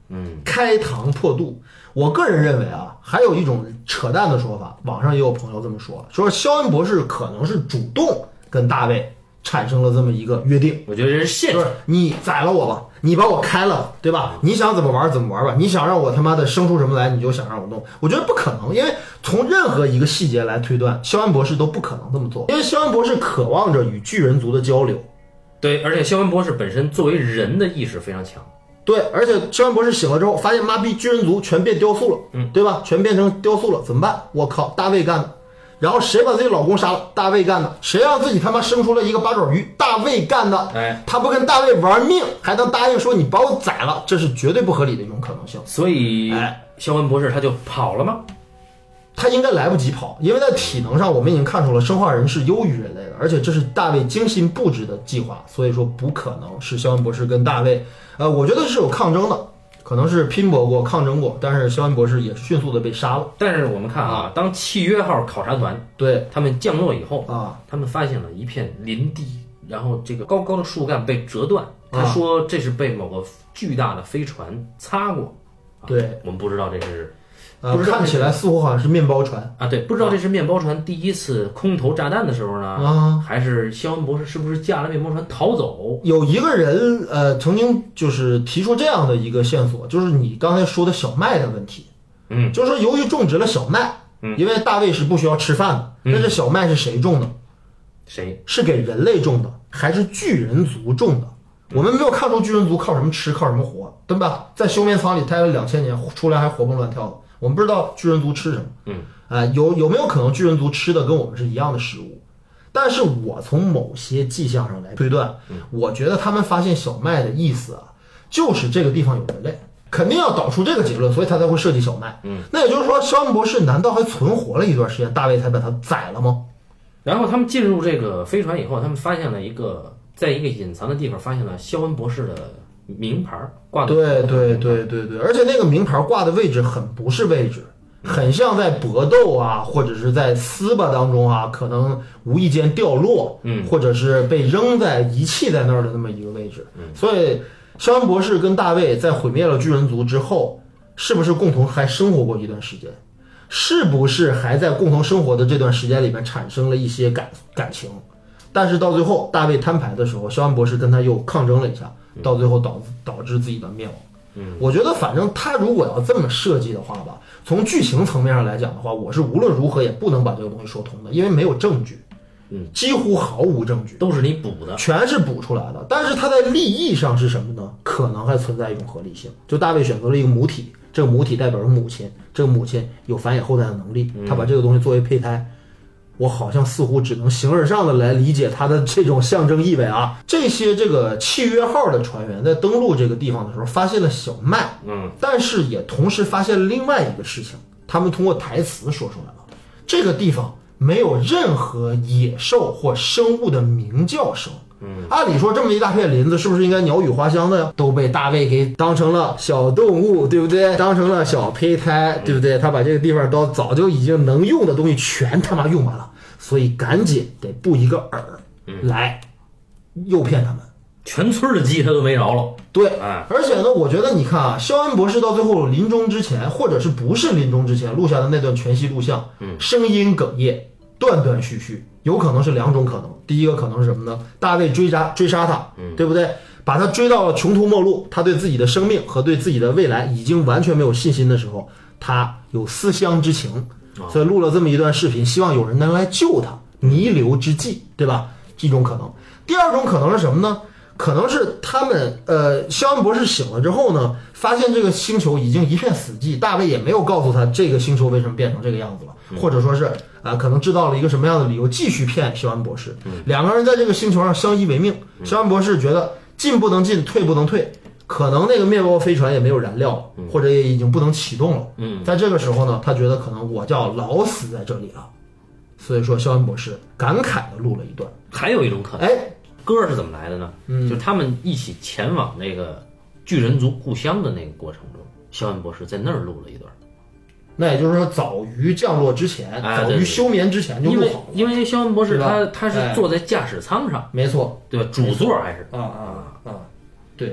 开膛破肚。我个人认为啊，还有一种扯淡的说法，网上也有朋友这么说肖恩博士可能是主动跟大卫产生了这么一个约定。 我觉得这是现实， 你宰了我吧，你把我开了，对吧？你想怎么玩怎么玩吧，你想让我他妈的生出什么来，你就想让我弄。我觉得不可能，因为从任何一个细节来推断，肖恩博士都不可能这么做，因为肖恩博士渴望着与巨人族的交流。 对，而且肖恩博士本身作为人的意识非常强。 对，而且肖恩博士醒了之后，发现妈逼巨人族全变雕塑了，对吧？全变成雕塑了，怎么办？我靠，大卫干的。然后谁把自己老公杀了？大卫干的。谁让自己他妈生出了一个八爪鱼？大卫干的。 哎， 他不跟大卫玩命，还能答应说你把我宰了？这是绝对不合理的一种可能性。 所以，肖恩博士他就跑了吗？ 他应该来不及跑，因为在体能上我们已经看出了生化人是优于人类的，而且这是大卫精心布置的计划，所以说不可能是肖恩博士跟大卫，我觉得是有抗争的，可能是拼搏过、抗争过，但是肖恩博士也是迅速的被杀了。 但是我们看啊，当契约号考察团对他们降落以后啊， 他们发现了一片林地，然后这个高高的树干被折断，他说这是被某个巨大的飞船擦过。 对， 我们不知道这是。 看起来似乎好像是面包船啊，对，不知道这是面包船第一次空投炸弹的时候呢，还是肖恩博士是不是驾了面包船逃走？ 有一个人曾经就是提出这样的一个线索，就是你刚才说的小麦的问题，就是说由于种植了小麦，因为大卫是不需要吃饭的，但是小麦是谁种的？ 谁是给人类种的，还是巨人族种的？我们没有看出巨人族靠什么吃，靠什么活，对吧？在休眠舱里待了2000年，出来还活蹦乱跳的。我们不知道巨人族吃什么，有没有可能巨人族吃的跟我们是一样的食物？但是我从某些迹象上来推断，我觉得他们发现小麦的意思啊，就是这个地方有人类，肯定要导出这个结论，所以他才会设计小麦。那也就是说，肖恩博士难道还存活了一段时间，大卫才把他宰了吗？ 然后他们进入这个飞船以后，他们发现了在一个隐藏的地方发现了肖恩博士的名牌挂的。 对，而且那个名牌挂的位置很不是位置，很像在搏斗啊，或者是在撕巴当中啊，可能无意间掉落，或者是被扔在遗弃在那儿的那么一个位置。所以肖恩博士跟大卫在毁灭了巨人族之后，是不是共同还生活过一段时间？是不是还在共同生活的这段时间里面产生了一些感情？但是到最后大卫摊牌的时候，肖恩博士跟他又抗争了一下，到最后导致自己的灭亡。我觉得反正他如果要这么设计的话吧，从剧情层面上来讲的话，我是无论如何也不能把这个东西说通的，因为没有证据，几乎毫无证据， 都是你补的， 全是补出来的。但是他在利益上是什么呢？可能还存在一种合理性。就大卫选择了一个母体，这个母体代表着母亲，这个母亲有繁衍后代的能力，他把这个东西作为胚胎。我好像似乎只能形而上的来理解它的这种象征意味啊。这些这个契约号的船员在登陆这个地方的时候发现了小麦，但是也同时发现了另外一个事情，他们通过台词说出来了，这个地方没有任何野兽或生物的鸣叫声。按理说这么一大片林子是不是应该鸟语花香的呀？都被大卫给当成了小动物，对不对？当成了小胚胎，对不对？他把这个地方都早就已经能用的东西全他妈用完了，所以赶紧得布一个饵来诱骗他们。 全村的鸡他都没饶了。 对，而且呢，我觉得你看啊，肖恩博士到最后临终之前，或者是不是临终之前录下的那段全息录像，声音哽咽，断断续续。有可能是两种可能，第一个可能是什么呢？大卫追杀他，对不对？把他追到了穷途末路，他对自己的生命和对自己的未来已经完全没有信心的时候，他有思乡之情，所以录了这么一段视频，希望有人能来救他，弥留之际，对吧？这种可能。第二种可能是什么呢？可能是他们肖恩博士醒了之后呢，发现这个星球已经一片死寂，大卫也没有告诉他这个星球为什么变成这个样子了，或者说是可能知道了一个什么样的理由继续骗肖恩博士。两个人在这个星球上相依为命，肖恩博士觉得进不能进，退不能退，可能那个面包飞船也没有燃料了，或者也已经不能启动了。在这个时候呢，他觉得可能我就要老死在这里了，所以说肖恩博士感慨的录了一段。 还有一种可能，歌是怎么来的呢？就是他们一起前往那个巨人族故乡的那个过程中，肖恩博士在那儿录了一段。 那也就是说，早于降落之前，早于休眠之前就录好了。 因为肖恩博士他是坐在驾驶舱上， 没错， 对吧？主座还是对。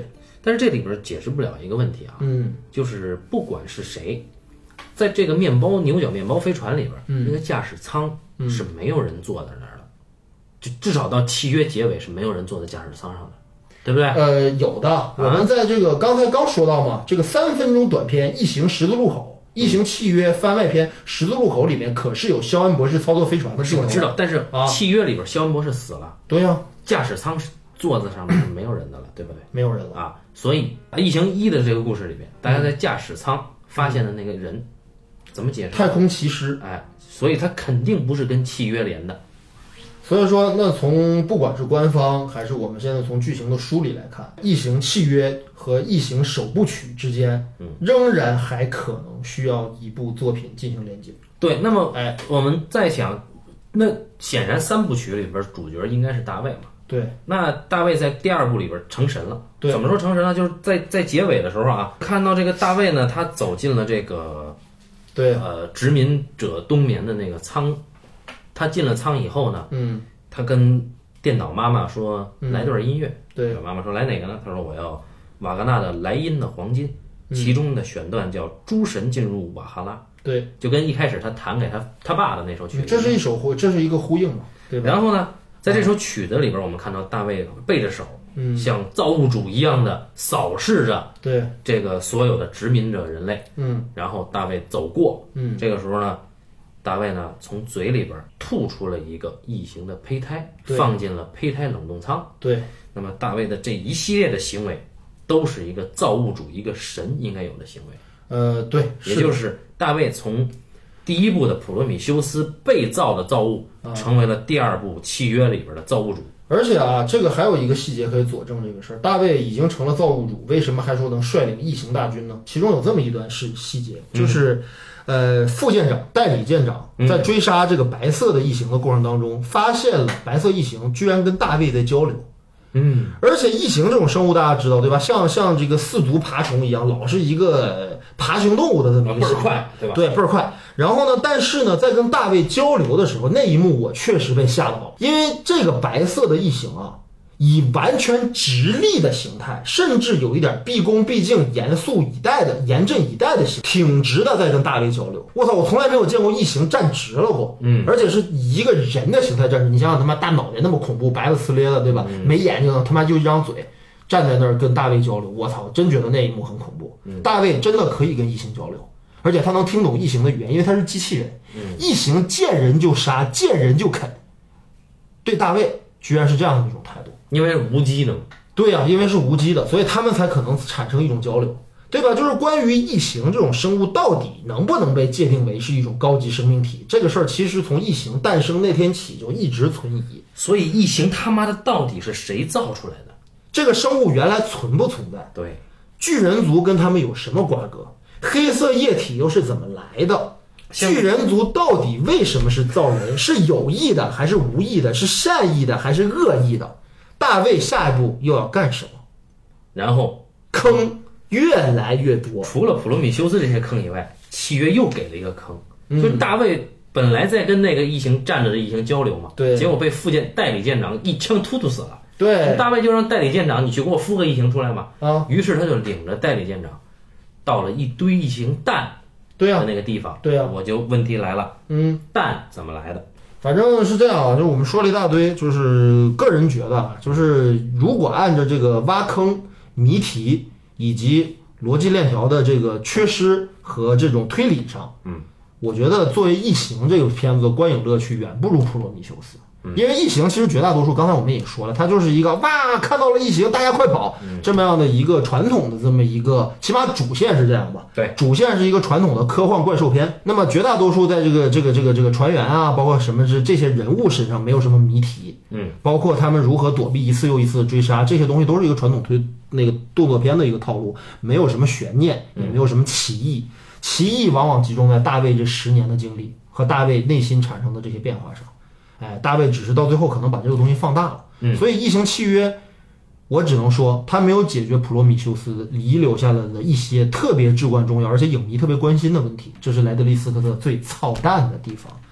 但是这里边解释不了一个问题啊，就是不管是谁，在这个牛角面包飞船里边，那个驾驶舱是没有人坐在那儿的，就至少到契约结尾是没有人坐在驾驶舱上的，对不对？ 有的，我们在这个刚才刚说到嘛，这个3分钟短片《异形十字路口》。异形契约番外篇十字路口里面可是有肖恩博士操作飞船的镜头， 我知道，但是契约里边肖恩博士死了， 对呀， 驾驶舱座子上面是没有人的了，对不对？ 没有人了啊，所以异形1的这个故事里边，大家在驾驶舱发现的那个人怎么解释？ 太空骑士， 所以他肯定不是跟契约连的。 所以说，那从不管是官方还是我们现在从剧情的梳理来看，异形契约和异形首部曲之间，仍然还可能需要一部作品进行连接。 对，那么我们再想，那显然3部曲里边主角应该是大卫嘛？ 对， 那大卫在第2部里边成神了。 对， 怎么说成神了？就是在结尾的时候啊，看到这个大卫呢，他走进了这个殖民者冬眠的那个舱。他进了舱以后呢，他跟电脑妈妈说来段音乐， 对， 妈妈说来哪个呢？他说我要瓦格纳的莱茵的黄金，其中的选段叫诸神进入瓦哈拉， 对， 就跟一开始他弹给他爸的那首曲子， 这是一个呼应嘛，对吧？ 然后呢，在这首曲子里边，我们看到大卫背着手，像造物主一样的扫视着对这个所有的殖民者人类，然后大卫走过，这个时候呢。大卫呢，从嘴里边吐出了一个异形的胚胎，放进了胚胎冷冻舱。 对， 那么大卫的这一系列的行为，都是一个造物主、一个神应该有的行为。 对， 也就是大卫从第1部的普罗米修斯被造的造物，成为了第2部契约里边的造物主。 而且啊，这个还有一个细节可以佐证这个事儿。大卫已经成了造物主，为什么还说能率领异形大军呢？其中有这么一段细节，就是。副舰长、代理舰长在追杀这个白色的异形的过程当中，发现了白色异形居然跟大卫在交流。而且异形这种生物大家知道对吧？像这个4足爬虫一样，老是一个爬行动物的这么一个倍儿快，对吧？ 对，倍儿快。然后呢，但是呢，在跟大卫交流的时候，那一幕我确实被吓到了，因为这个白色的异形啊。以完全直立的形态，甚至有一点毕恭毕敬、严肃以待的、严阵以待的形，挺直的在跟大卫交流。我操，我从来没有见过异形站直了过，而且是以一个人的形态站直。你想想，他妈大脑袋那么恐怖，白了呲咧的，对吧？没眼睛，他妈就一张嘴，站在那儿跟大卫交流。我操，真觉得那一幕很恐怖。大卫真的可以跟异形交流，而且他能听懂异形的语言，因为他是机器人。异形见人就杀，见人就啃。对大卫居然是这样的一种态度。 因为是无机的， 对呀，因为是无机的，所以他们才可能产生一种交流，对吧？就是关于异形这种生物到底能不能被界定为是一种高级生命体，这个事儿其实从异形诞生那天起就一直存疑。 所以异形他妈的到底是谁造出来的？ 这个生物原来存不存在？ 对， 巨人族跟他们有什么瓜葛？黑色液体又是怎么来的？巨人族到底为什么是造人？是有意的还是无意的？是善意的还是恶意的？大卫下一步又要干什么？ 然后坑越来越多。 除了普罗米修斯这些坑以外，契约又给了一个坑，就是大卫本来在跟那个异形站着的异形交流嘛， 对， 结果被副代理舰长一枪突死了。 对， 大卫就让代理舰长你去给我孵个异形出来吧。于是他就领着代理舰长到了一堆异形蛋的那个地方。 对啊， 我就问题来了，蛋怎么来的？ 反正是这样啊，就我们说了一大堆，就是个人觉得，就是如果按照这个挖坑、谜题以及逻辑链条的这个缺失和这种推理上，我觉得作为异形这个片子的观影乐趣远不如普罗米修斯。因为异形其实绝大多数，刚才我们也说了，它就是一个哇看到了异形大家快跑这么样的一个传统的这么一个，起码主线是这样吧。 对， 主线是一个传统的科幻怪兽片。那么绝大多数在这个船员啊，包括什么这些人物身上没有什么谜题，包括他们如何躲避一次又一次的追杀，这些东西都是一个传统那个动作片的一个套路，没有什么悬念，也没有什么歧义。歧义往往集中在大卫这10年的经历和大卫内心产生的这些变化上。大卫只是到最后可能把这个东西放大了，所以异形契约，我只能说他没有解决普罗米修斯遗留下来的一些特别至关重要而且影迷特别关心的问题，这是莱德利·斯科特最操蛋的地方。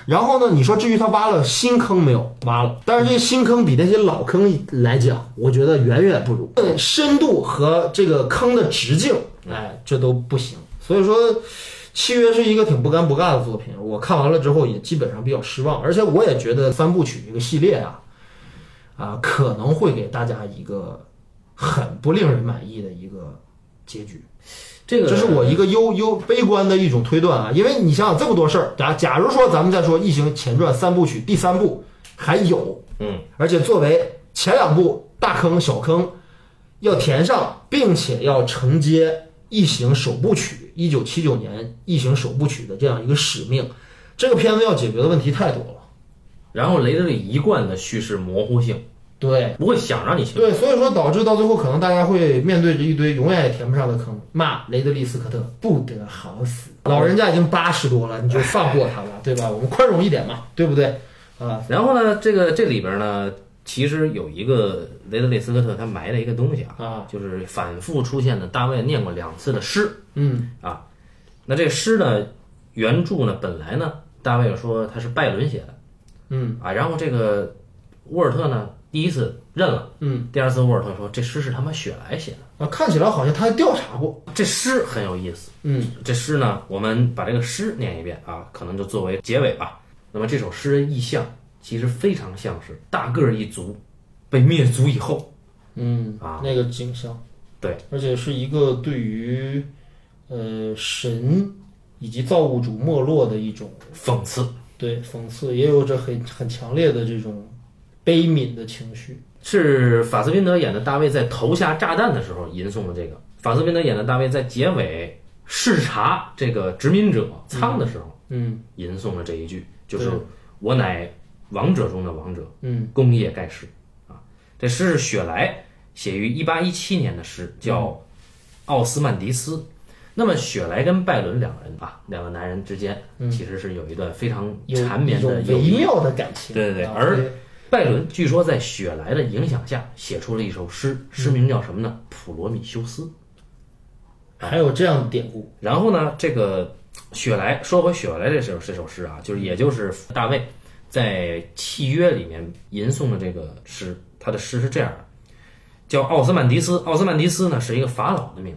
然后呢，你说至于他挖了新坑没有？挖了，但是这个新坑比那些老坑来讲，我觉得远远不如。深度和这个坑的直径，哎，这都不行。所以说，契约是一个挺不尴不尬的作品。我看完了之后也基本上比较失望，而且我也觉得三部曲这个系列可能会给大家一个很不令人满意的一个结局。这是我一个悲观的一种推断啊，因为你想想这么多事儿，假如说咱们再说《异形前传》三部曲第3部还有，而且作为前2部大坑小坑要填上，并且要承接《异形》首部曲1979年《异形》首部曲的这样一个使命，这个片子要解决的问题太多了。 然后雷德利一贯的叙事模糊性。 对， 不会想让你清楚。 对，所以说导致到最后，可能大家会面对着一堆永远也填不上的坑，骂雷德利·斯科特不得好死，老人家已经80多了，你就放过他了，对吧？我们宽容一点嘛，对不对？ 然后呢，这里边呢，其实有一个雷德利·斯科特他埋了一个东西就是反复出现的大卫念过2次的诗。那这个诗呢，原著呢，本来呢，大卫说他是拜伦写的。然后这个沃尔特呢，第一次认了，第二次沃尔特说这诗是他妈雪莱写的看起来好像他还调查过。 这诗很有意思，这诗呢，我们把这个诗念一遍可能就作为结尾吧。那么这首诗的意象其实非常像是大个儿一族被灭族以后， 那个景象， 对， 而且是一个对于神以及造物主没落的一种讽刺， 对，讽刺也有着很强烈的这种悲悯的情绪。 是法斯宾德演的大卫在投下炸弹的时候吟诵的这个。法斯宾德演的大卫在结尾视察这个殖民者仓的时候，吟诵了这一句，就是我乃王者中的王者，功业盖世这诗是雪莱写于1817年的诗，叫《奥斯曼迪斯》。那么雪莱跟拜伦两个男人之间其实是有一段非常缠绵的微妙的感情。 对，而拜伦据说在雪莱的影响下写出了一首诗，诗名叫什么呢？普罗米修斯。 还有这样的典故。 然后呢，这个雪莱说回雪莱这首诗也就是大卫在契约里面吟诵的这个诗，他的诗是这样的，叫奥斯曼迪斯。奥斯曼迪斯呢是一个法老的名字。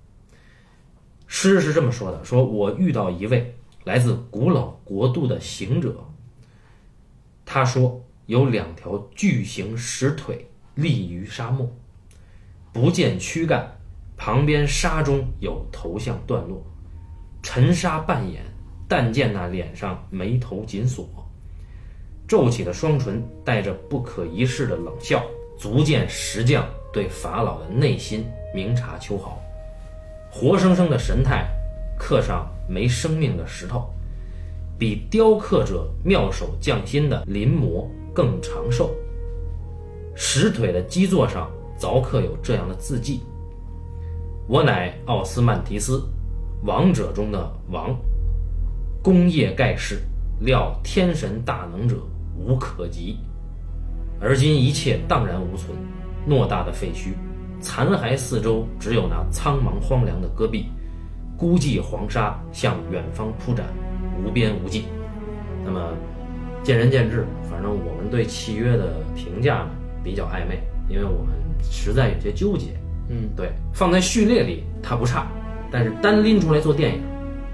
诗是这么说的，说我遇到一位来自古老国度的行者，他说有2条巨型石腿立于沙漠，不见躯干，旁边沙中有头像段落，沉沙半掩，但见那脸上眉头紧锁，皱起的双唇带着不可一世的冷笑，足见石匠对法老的内心明察秋毫。活生生的神态刻上没生命的石头，比雕刻者妙手匠心的临摹更长寿。石腿的基座上凿刻有这样的字迹：我乃奥斯曼提斯，王者中的王，功业盖世，料天神大能者无可及。而今一切荡然无存，偌大的废墟，残骸四周只有那苍茫荒凉的戈壁，孤寂黄沙向远方铺展，无边无际。那么见仁见智，反正我们对契约的评价呢比较暧昧，因为我们实在有些纠结。对，放在序列里它不差，但是单拎出来做电影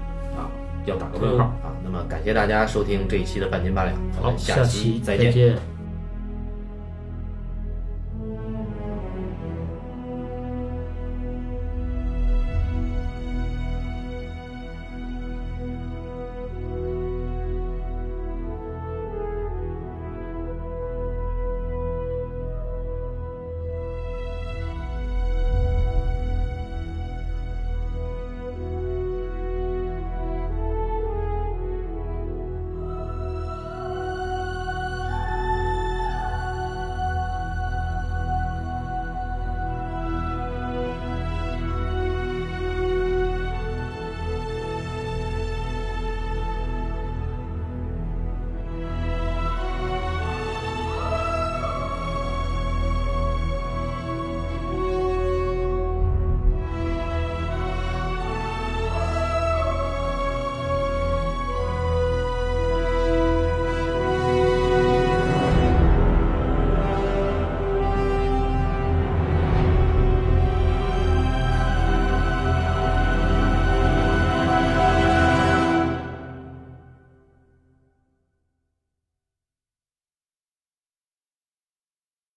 要打个问号那么感谢大家收听这一期的半斤八两， 好， 下期再见。